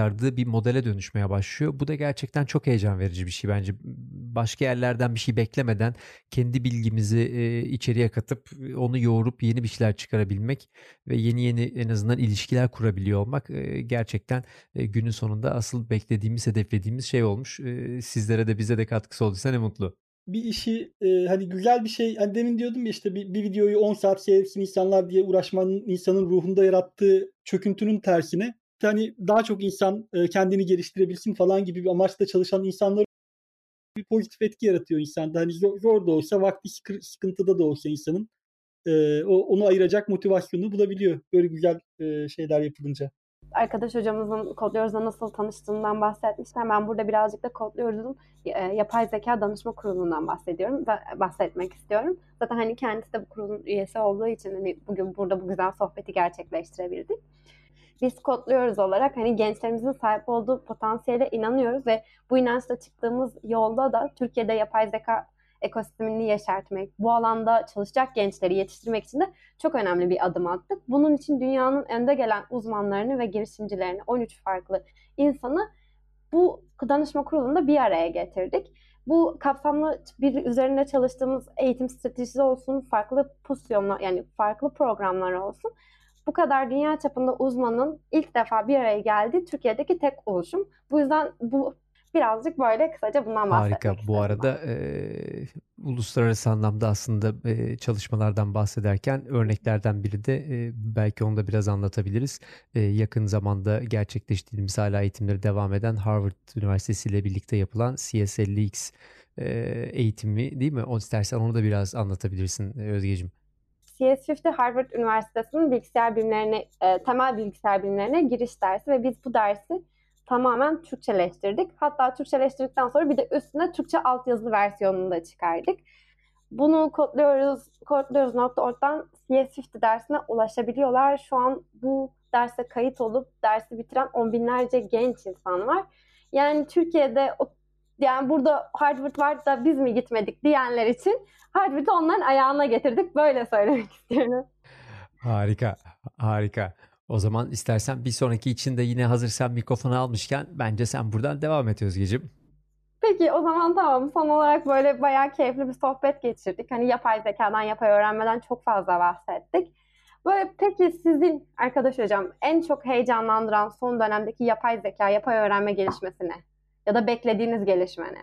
Speaker 4: modele dönüşmeye başlıyor. Bu da gerçekten çok heyecan verici bir şey bence. Başka yerlerden bir şey beklemeden kendi bilgimizi e, içeriye katıp onu yoğurup yeni bir şeyler çıkarabilmek ve yeni yeni en azından ilişkiler kurabiliyor olmak e, gerçekten e, günün sonunda asıl beklediğimiz, hedeflediğimiz şey olmuş. E, sizlere de bize de katkısı olduysa ne mutlu.
Speaker 3: Bir işi e, hani güzel bir şey, hani demin diyordum ya işte bir, bir videoyu on saat seyretsin insanlar diye uğraşmanın insanın ruhunda yarattığı çöküntünün tersine hani daha çok insan e, kendini geliştirebilsin falan gibi bir amaçla çalışan insanlar bir pozitif etki yaratıyor insanda. Hani zor, zor da olsa, vakti sıkıntıda da olsa insanın e, o, onu ayıracak motivasyonu bulabiliyor. Böyle güzel e, şeyler yapılınca.
Speaker 5: Arkadaş hocamızın Kodluyoruz'la nasıl tanıştığından bahsetmişken ben burada birazcık da Kodluyoruz'un e, yapay zeka danışma kurulundan bahsediyorum ve bahsetmek istiyorum. Zaten hani kendisi de bu kurulun üyesi olduğu için hani bugün burada bu güzel sohbeti gerçekleştirebildik. Biz Kodluyoruz olarak hani gençlerimizin sahip olduğu potansiyele inanıyoruz ve bu inançla çıktığımız yolda da Türkiye'de yapay zeka ekosistemini yeşertmek, bu alanda çalışacak gençleri yetiştirmek için de çok önemli bir adım attık. Bunun için dünyanın önde gelen uzmanlarını ve girişimcilerini, on üç farklı insanı bu danışma kurulunda bir araya getirdik. Bu kapsamlı bir üzerinde çalıştığımız eğitim stratejisi olsun, farklı pozisyonlar yani farklı programlar olsun. Bu kadar dünya çapında uzmanın ilk defa bir araya geldiği Türkiye'deki tek oluşum. Bu yüzden bu birazcık böyle kısaca bundan bahsetmek
Speaker 4: Harika. Bu arada e, uluslararası anlamda aslında e, çalışmalardan bahsederken örneklerden biri de e, belki onu da biraz anlatabiliriz. E, yakın zamanda gerçekleştirdiğimiz hala eğitimleri devam eden Harvard Üniversitesi ile birlikte yapılan C S elli X e, eğitimi değil mi? O istersen onu da biraz anlatabilirsin Özgeciğim.
Speaker 5: C S elli Harvard Üniversitesi'nin bilgisayar bilimlerine, e, temel bilgisayar bilimlerine giriş dersi ve biz bu dersi tamamen Türkçeleştirdik. Hatta Türkçeleştirdikten sonra bir de üstüne Türkçe altyazılı versiyonunu da çıkardık. Bunu kodluyoruz, kodluyoruz nokta org'dan C S elli dersine ulaşabiliyorlar. Şu an bu derse kayıt olup dersi bitiren on binlerce genç insan var. Yani Türkiye'de yani burada Harvard var da biz mi gitmedik diyenler için Harvard'ı onların ayağına getirdik. Böyle söylemek istiyorum.
Speaker 4: Harika, harika. O zaman istersen bir sonraki için de yine hazır sen mikrofonu almışken bence sen buradan devam et Özgeciğim.
Speaker 5: Peki o zaman tamam. Son olarak böyle bayağı keyifli bir sohbet geçirdik. Hani yapay zekadan, yapay öğrenmeden çok fazla bahsettik. Böyle peki sizin arkadaş hocam en çok heyecanlandıran son dönemdeki yapay zeka, yapay öğrenme gelişmesi ne? Ya da beklediğiniz gelişme ne?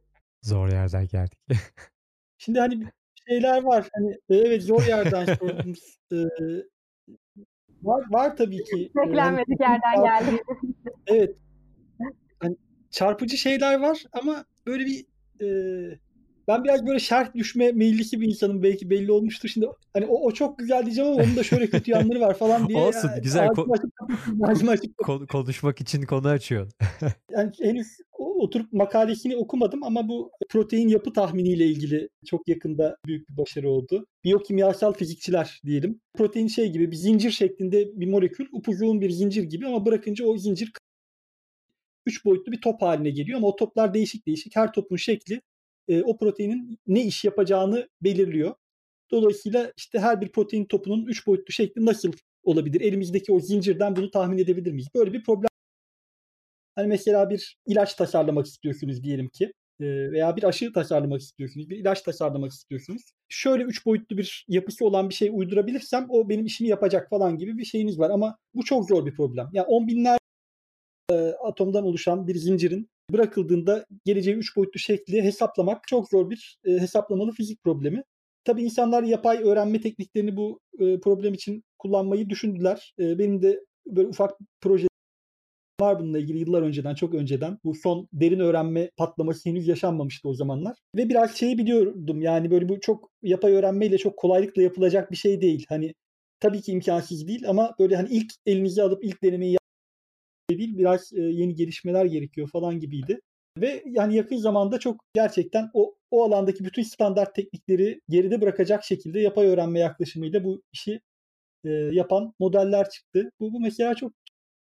Speaker 4: Zor yerden geldik.
Speaker 3: Şimdi hani şeyler var. Hani evet zor yerden sordunuz. Ee, var var tabii ki.
Speaker 5: Beklenmedik
Speaker 3: hani,
Speaker 5: yerden geldi.
Speaker 3: Evet. Hani çarpıcı şeyler var ama böyle bir e, ben biraz böyle şerh düşme meyillisi bir insanım, belki belli olmuştur. Şimdi hani o, o çok güzel diyeceğim ama onun da şöyle kötü yanları var falan diye.
Speaker 4: Olsun
Speaker 3: yani,
Speaker 4: güzel
Speaker 3: ağzımı açıp kapatayım, ağzımı açıp
Speaker 4: Kon- konuşmak için konu açıyorsun.
Speaker 3: yani henüz oturup makalesini okumadım ama bu protein yapı tahminiyle ilgili çok yakında büyük bir başarı oldu. Biyokimyasal fizikçiler diyelim. Protein şey gibi bir zincir şeklinde bir molekül, upuzun bir zincir gibi ama bırakınca o zincir üç boyutlu bir top haline geliyor ama o toplar değişik değişik. Her topun şekli e, o proteinin ne iş yapacağını belirliyor. Dolayısıyla işte her bir protein topunun üç boyutlu şekli nasıl olabilir? Elimizdeki o zincirden bunu tahmin edebilir miyiz? Böyle bir problem. Hani mesela bir ilaç tasarlamak istiyorsunuz diyelim ki veya bir aşı tasarlamak istiyorsunuz, bir ilaç tasarlamak istiyorsunuz. Şöyle üç boyutlu bir yapısı olan bir şey uydurabilirsem o benim işimi yapacak falan gibi bir şeyiniz var ama bu çok zor bir problem. Yani on binler atomdan oluşan bir zincirin bırakıldığında geleceği üç boyutlu şekli hesaplamak çok zor bir e, hesaplamalı fizik problemi. Tabii insanlar yapay öğrenme tekniklerini bu e, problem için kullanmayı düşündüler. E, benim de böyle ufak proje var bununla ilgili yıllar önceden, çok önceden. Bu son derin öğrenme patlaması henüz yaşanmamıştı o zamanlar. Ve biraz şeyi biliyordum yani böyle bu çok yapay öğrenmeyle çok kolaylıkla yapılacak bir şey değil. Hani tabii ki imkansız değil ama böyle hani ilk elinize alıp ilk denemeyi değil, biraz e, yeni gelişmeler gerekiyor falan gibiydi. Ve yani yakın zamanda çok gerçekten o o alandaki bütün standart teknikleri geride bırakacak şekilde yapay öğrenme yaklaşımıyla bu işi e, yapan modeller çıktı. Bu, bu mesela çok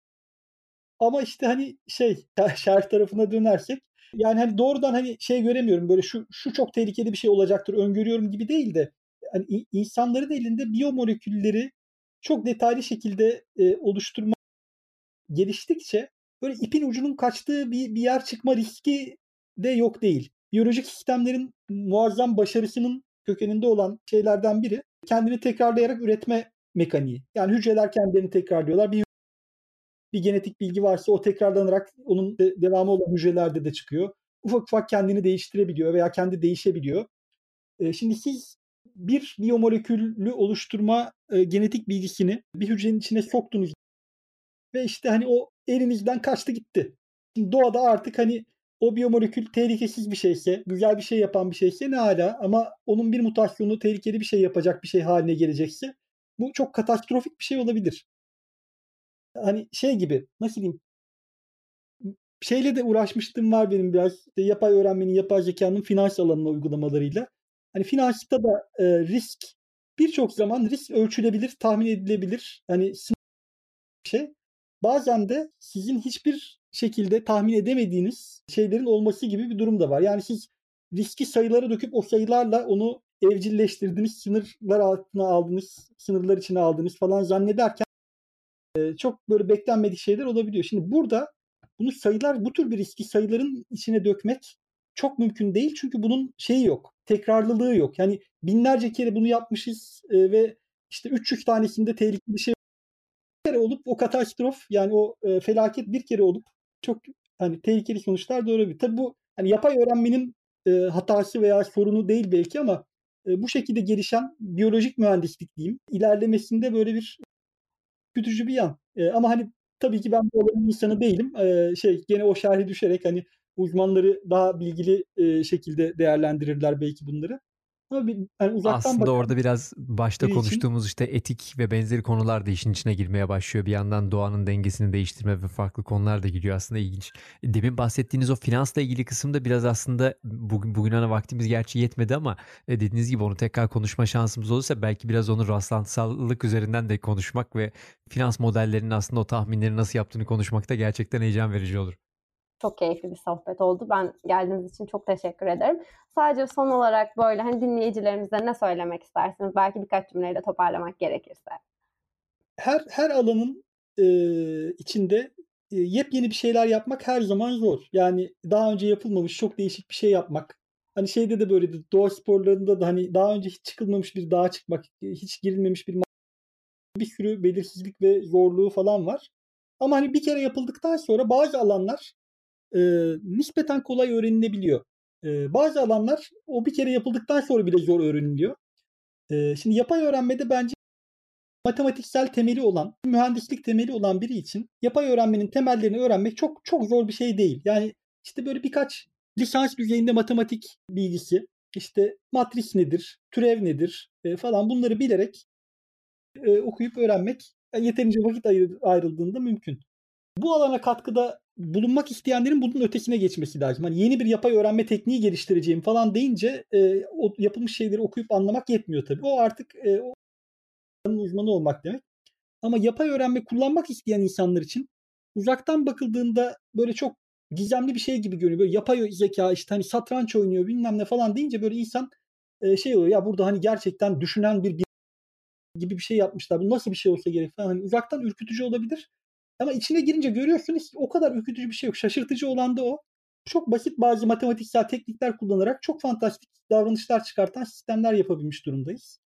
Speaker 3: ama işte hani şey şerh tarafına dönersek yani hani doğrudan hani şey göremiyorum böyle şu şu çok tehlikeli bir şey olacaktır öngörüyorum gibi değil de hani insanların elinde biyomolekülleri çok detaylı şekilde e, oluşturma geliştikçe böyle ipin ucunun kaçtığı bir, bir yer çıkma riski de yok değil. Biyolojik sistemlerin muazzam başarısının kökeninde olan şeylerden biri kendini tekrarlayarak üretme mekaniği. Yani hücreler kendilerini tekrarlıyorlar. Bir, bir genetik bilgi varsa o tekrarlanarak onun de, devamı olan hücrelerde de çıkıyor. Ufak ufak kendini değiştirebiliyor veya kendi değişebiliyor. E, şimdi siz bir biyomoleküllü oluşturma e, genetik bilgisini bir hücrenin içine soktunuz ve işte hani o elinizden kaçtı gitti. Şimdi doğada artık hani o biyomolekül tehlikesiz bir şeyse, güzel bir şey yapan bir şeyse ne hala, ama onun bir mutasyonu tehlikeli bir şey yapacak bir şey haline gelecekse bu çok katastrofik bir şey olabilir. Hani şey gibi, nasıl diyeyim, şeyle de uğraşmıştım var benim biraz, işte yapay öğrenmenin, yapay zekanın finans alanına uygulamalarıyla. Hani finansta da e, risk birçok zaman risk ölçülebilir, tahmin edilebilir. Hani şey. Bazen de sizin hiçbir şekilde tahmin edemediğiniz şeylerin olması gibi bir durum da var. Yani siz riski sayılara döküp o sayılarla onu evcilleştirdiniz, sınırlar altına aldınız, sınırlar içine aldınız falan zannederken e, çok böyle beklenmedik şeyler olabiliyor. Şimdi burada bunu sayılar, bu tür bir riski sayıların içine dökmek çok mümkün değil. Çünkü bunun şeyi yok, tekrarlılığı yok. Yani binlerce kere bunu yapmışız e, ve işte üç yüz tanesinde tehlikeli bir şey kere olup o katastrof, yani o e, felaket bir kere olup çok hani tehlikeli sonuçlar doğurabilir. Tabii bu hani yapay öğrenmenin e, hatası veya sorunu değil belki, ama e, bu şekilde gelişen biyolojik mühendislik diyeyim ilerlemesinde böyle bir kötücü bir yan. E, ama hani tabii ki ben bu alanın insanı değilim. E, şey gene o şerhi düşerek hani uzmanları daha bilgili e, şekilde değerlendirirler belki bunları. Ama bir, hani uzaktan
Speaker 4: Aslında
Speaker 3: bakan
Speaker 4: orada biraz başta
Speaker 3: biri için
Speaker 4: konuştuğumuz işte etik ve benzeri konular da işin içine girmeye başlıyor. Bir yandan doğanın dengesini değiştirme ve farklı konular da giriyor. Aslında ilginç. Demin bahsettiğiniz o finansla ilgili kısım da biraz aslında bugün bugün ana vaktimiz gerçi yetmedi ama e, dediğiniz gibi onu tekrar konuşma şansımız olursa belki biraz onu rastlantısallık üzerinden de konuşmak ve finans modellerinin aslında o tahminleri nasıl yaptığını konuşmak da gerçekten heyecan verici olur.
Speaker 5: Çok keyifli bir sohbet oldu. Ben geldiğiniz için çok teşekkür ederim. Sadece son olarak böyle hani dinleyicilerimize ne söylemek istersiniz? Belki birkaç cümleyle toparlamak gerekirse.
Speaker 3: her her alanın e, içinde e, yepyeni bir şeyler yapmak her zaman zor. Yani daha önce yapılmamış çok değişik bir şey yapmak. Hani şeyde de böyledir. Doğa sporlarında da hani daha önce hiç çıkılmamış bir dağa çıkmak, hiç girilmemiş bir bir sürü belirsizlik ve zorluğu falan var. Ama hani bir kere yapıldıktan sonra bazı alanlar e, nispeten kolay öğrenilebiliyor. E, bazı alanlar o bir kere yapıldıktan sonra bile zor öğreniliyor. E, şimdi yapay öğrenmede bence matematiksel temeli olan, mühendislik temeli olan biri için yapay öğrenmenin temellerini öğrenmek çok çok zor bir şey değil. Yani işte böyle birkaç lisans düzeyinde matematik bilgisi, işte matris nedir, türev nedir e, falan, bunları bilerek e, okuyup öğrenmek e, yeterince vakit ayır, ayrıldığında mümkün. Bu alana katkıda bulunmak isteyenlerin bunun ötesine geçmesi lazım. Hani yeni bir yapay öğrenme tekniği geliştireceğim falan deyince e, o yapılmış şeyleri okuyup anlamak yetmiyor tabii. O artık e, o uzmanı olmak demek. Ama yapay öğrenme kullanmak isteyen insanlar için uzaktan bakıldığında böyle çok gizemli bir şey gibi görünüyor. Böyle yapay zeka işte hani satranç oynuyor bilmem ne falan deyince böyle insan e, şey oluyor ya, burada hani gerçekten düşünen bir, bir gibi bir şey yapmışlar. Bu nasıl bir şey olsa gerek falan. Hani uzaktan ürkütücü olabilir. Ama içine girince görüyorsunuz o kadar ürkütücü bir şey yok. Şaşırtıcı olan da o. Çok basit bazı matematiksel teknikler kullanarak çok fantastik davranışlar çıkartan sistemler yapabilmiş durumdayız.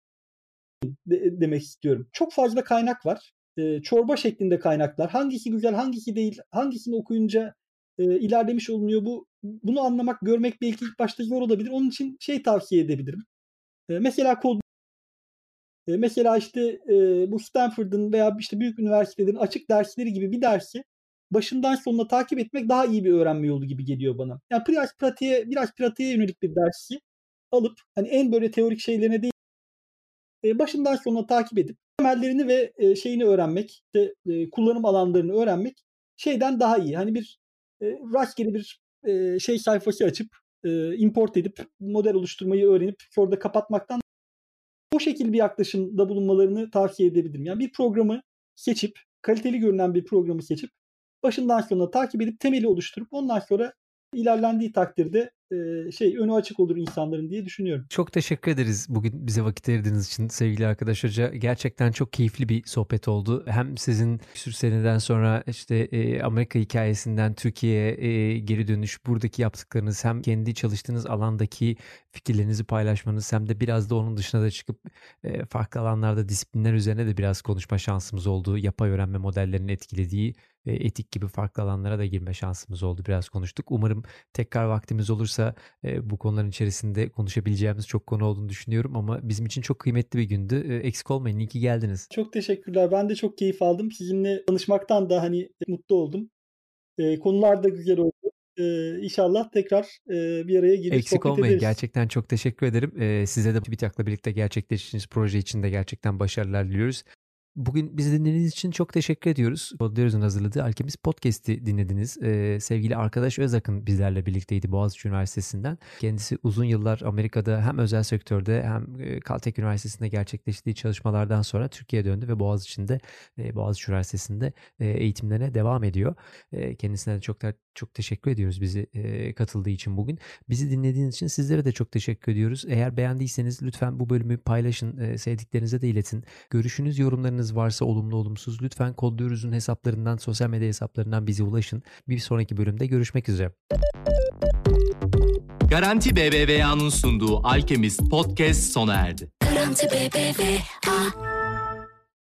Speaker 3: De, demek istiyorum. Çok fazla kaynak var. E, çorba şeklinde kaynaklar. Hangisi güzel, hangisi değil, hangisini okuyunca e, ilerlemiş olunuyor. Bu bunu anlamak, görmek belki ilk başta zor olabilir. Onun için şey tavsiye edebilirim. E, mesela kod e, mesela işte e, bu Stanford'ın veya işte büyük üniversitelerin açık dersleri gibi bir dersi başından sonuna takip etmek daha iyi bir öğrenme yolu gibi geliyor bana. Yani biraz pratiğe, biraz pratiğe yönelik bir dersi alıp hani en böyle teorik şeylerine değil, başından sonuna takip edip temellerini ve şeyini öğrenmek, işte kullanım alanlarını öğrenmek şeyden daha iyi. Hani bir rastgele bir şey sayfası açıp import edip model oluşturmayı öğrenip sonra da kapatmaktan o şekilde bir yaklaşımda bulunmalarını tavsiye edebilirim. Yani bir programı seçip, kaliteli görünen bir programı seçip başından sonuna takip edip temeli oluşturup ondan sonra ilerlendiği takdirde şey önü açık olur insanların diye düşünüyorum.
Speaker 4: Çok teşekkür ederiz bugün bize vakit ayırdığınız için sevgili arkadaş hoca. Gerçekten çok keyifli bir sohbet oldu. Hem sizin bir sürü seneden sonra işte e, Amerika hikayesinden Türkiye'ye e, geri dönüş, buradaki yaptıklarınız, hem kendi çalıştığınız alandaki fikirlerinizi paylaşmanız, hem de biraz da onun dışına da çıkıp e, farklı alanlarda disiplinler üzerine de biraz konuşma şansımız oldu. Yapay öğrenme modellerinin etkilediği etik gibi farklı alanlara da girme şansımız oldu. Biraz konuştuk. Umarım tekrar vaktimiz olursa e, bu konuların içerisinde konuşabileceğimiz çok konu olduğunu düşünüyorum ama bizim için çok kıymetli bir gündü. E, eksik olmayın. İyi ki geldiniz.
Speaker 3: Çok teşekkürler. Ben de çok keyif aldım. Sizinle tanışmaktan da hani mutlu oldum. E, konular da güzel oldu. Ee, inşallah tekrar e, bir araya gelip
Speaker 4: Eksik
Speaker 3: sohbet
Speaker 4: olmayın.
Speaker 3: ederiz.
Speaker 4: Gerçekten çok teşekkür ederim. Ee, size de TÜBİTAK'la birlikte gerçekleştirdiğiniz proje için de gerçekten başarılar diliyoruz. Bugün bizi dinlediğiniz için çok teşekkür ediyoruz. Kodluyoruz'un hazırladığı Alkemist Podcast'i dinlediniz. Ee, sevgili arkadaş Özakın bizlerle birlikteydi Boğaziçi Üniversitesi'nden. Kendisi uzun yıllar Amerika'da hem özel sektörde hem Caltech Üniversitesi'nde gerçekleştirdiği çalışmalardan sonra Türkiye'ye döndü ve Boğaziçi'nde, e, Boğaziçi Üniversitesi'nde e, eğitimlerine devam ediyor. E, kendisine de çok da, çok teşekkür ediyoruz bizi e, katıldığı için bugün. Bizi dinlediğiniz için sizlere de çok teşekkür ediyoruz. Eğer beğendiyseniz lütfen bu bölümü paylaşın, e, sevdiklerinize de iletin. Görüşünüz, yorumlarınız varsa olumlu olumsuz lütfen Kodluyoruz'un hesaplarından, sosyal medya hesaplarından bize ulaşın. Bir sonraki bölümde görüşmek üzere.
Speaker 1: Garanti B B V A'nın sunduğu Alkemist Podcast sona erdi.
Speaker 6: Garanti B B V A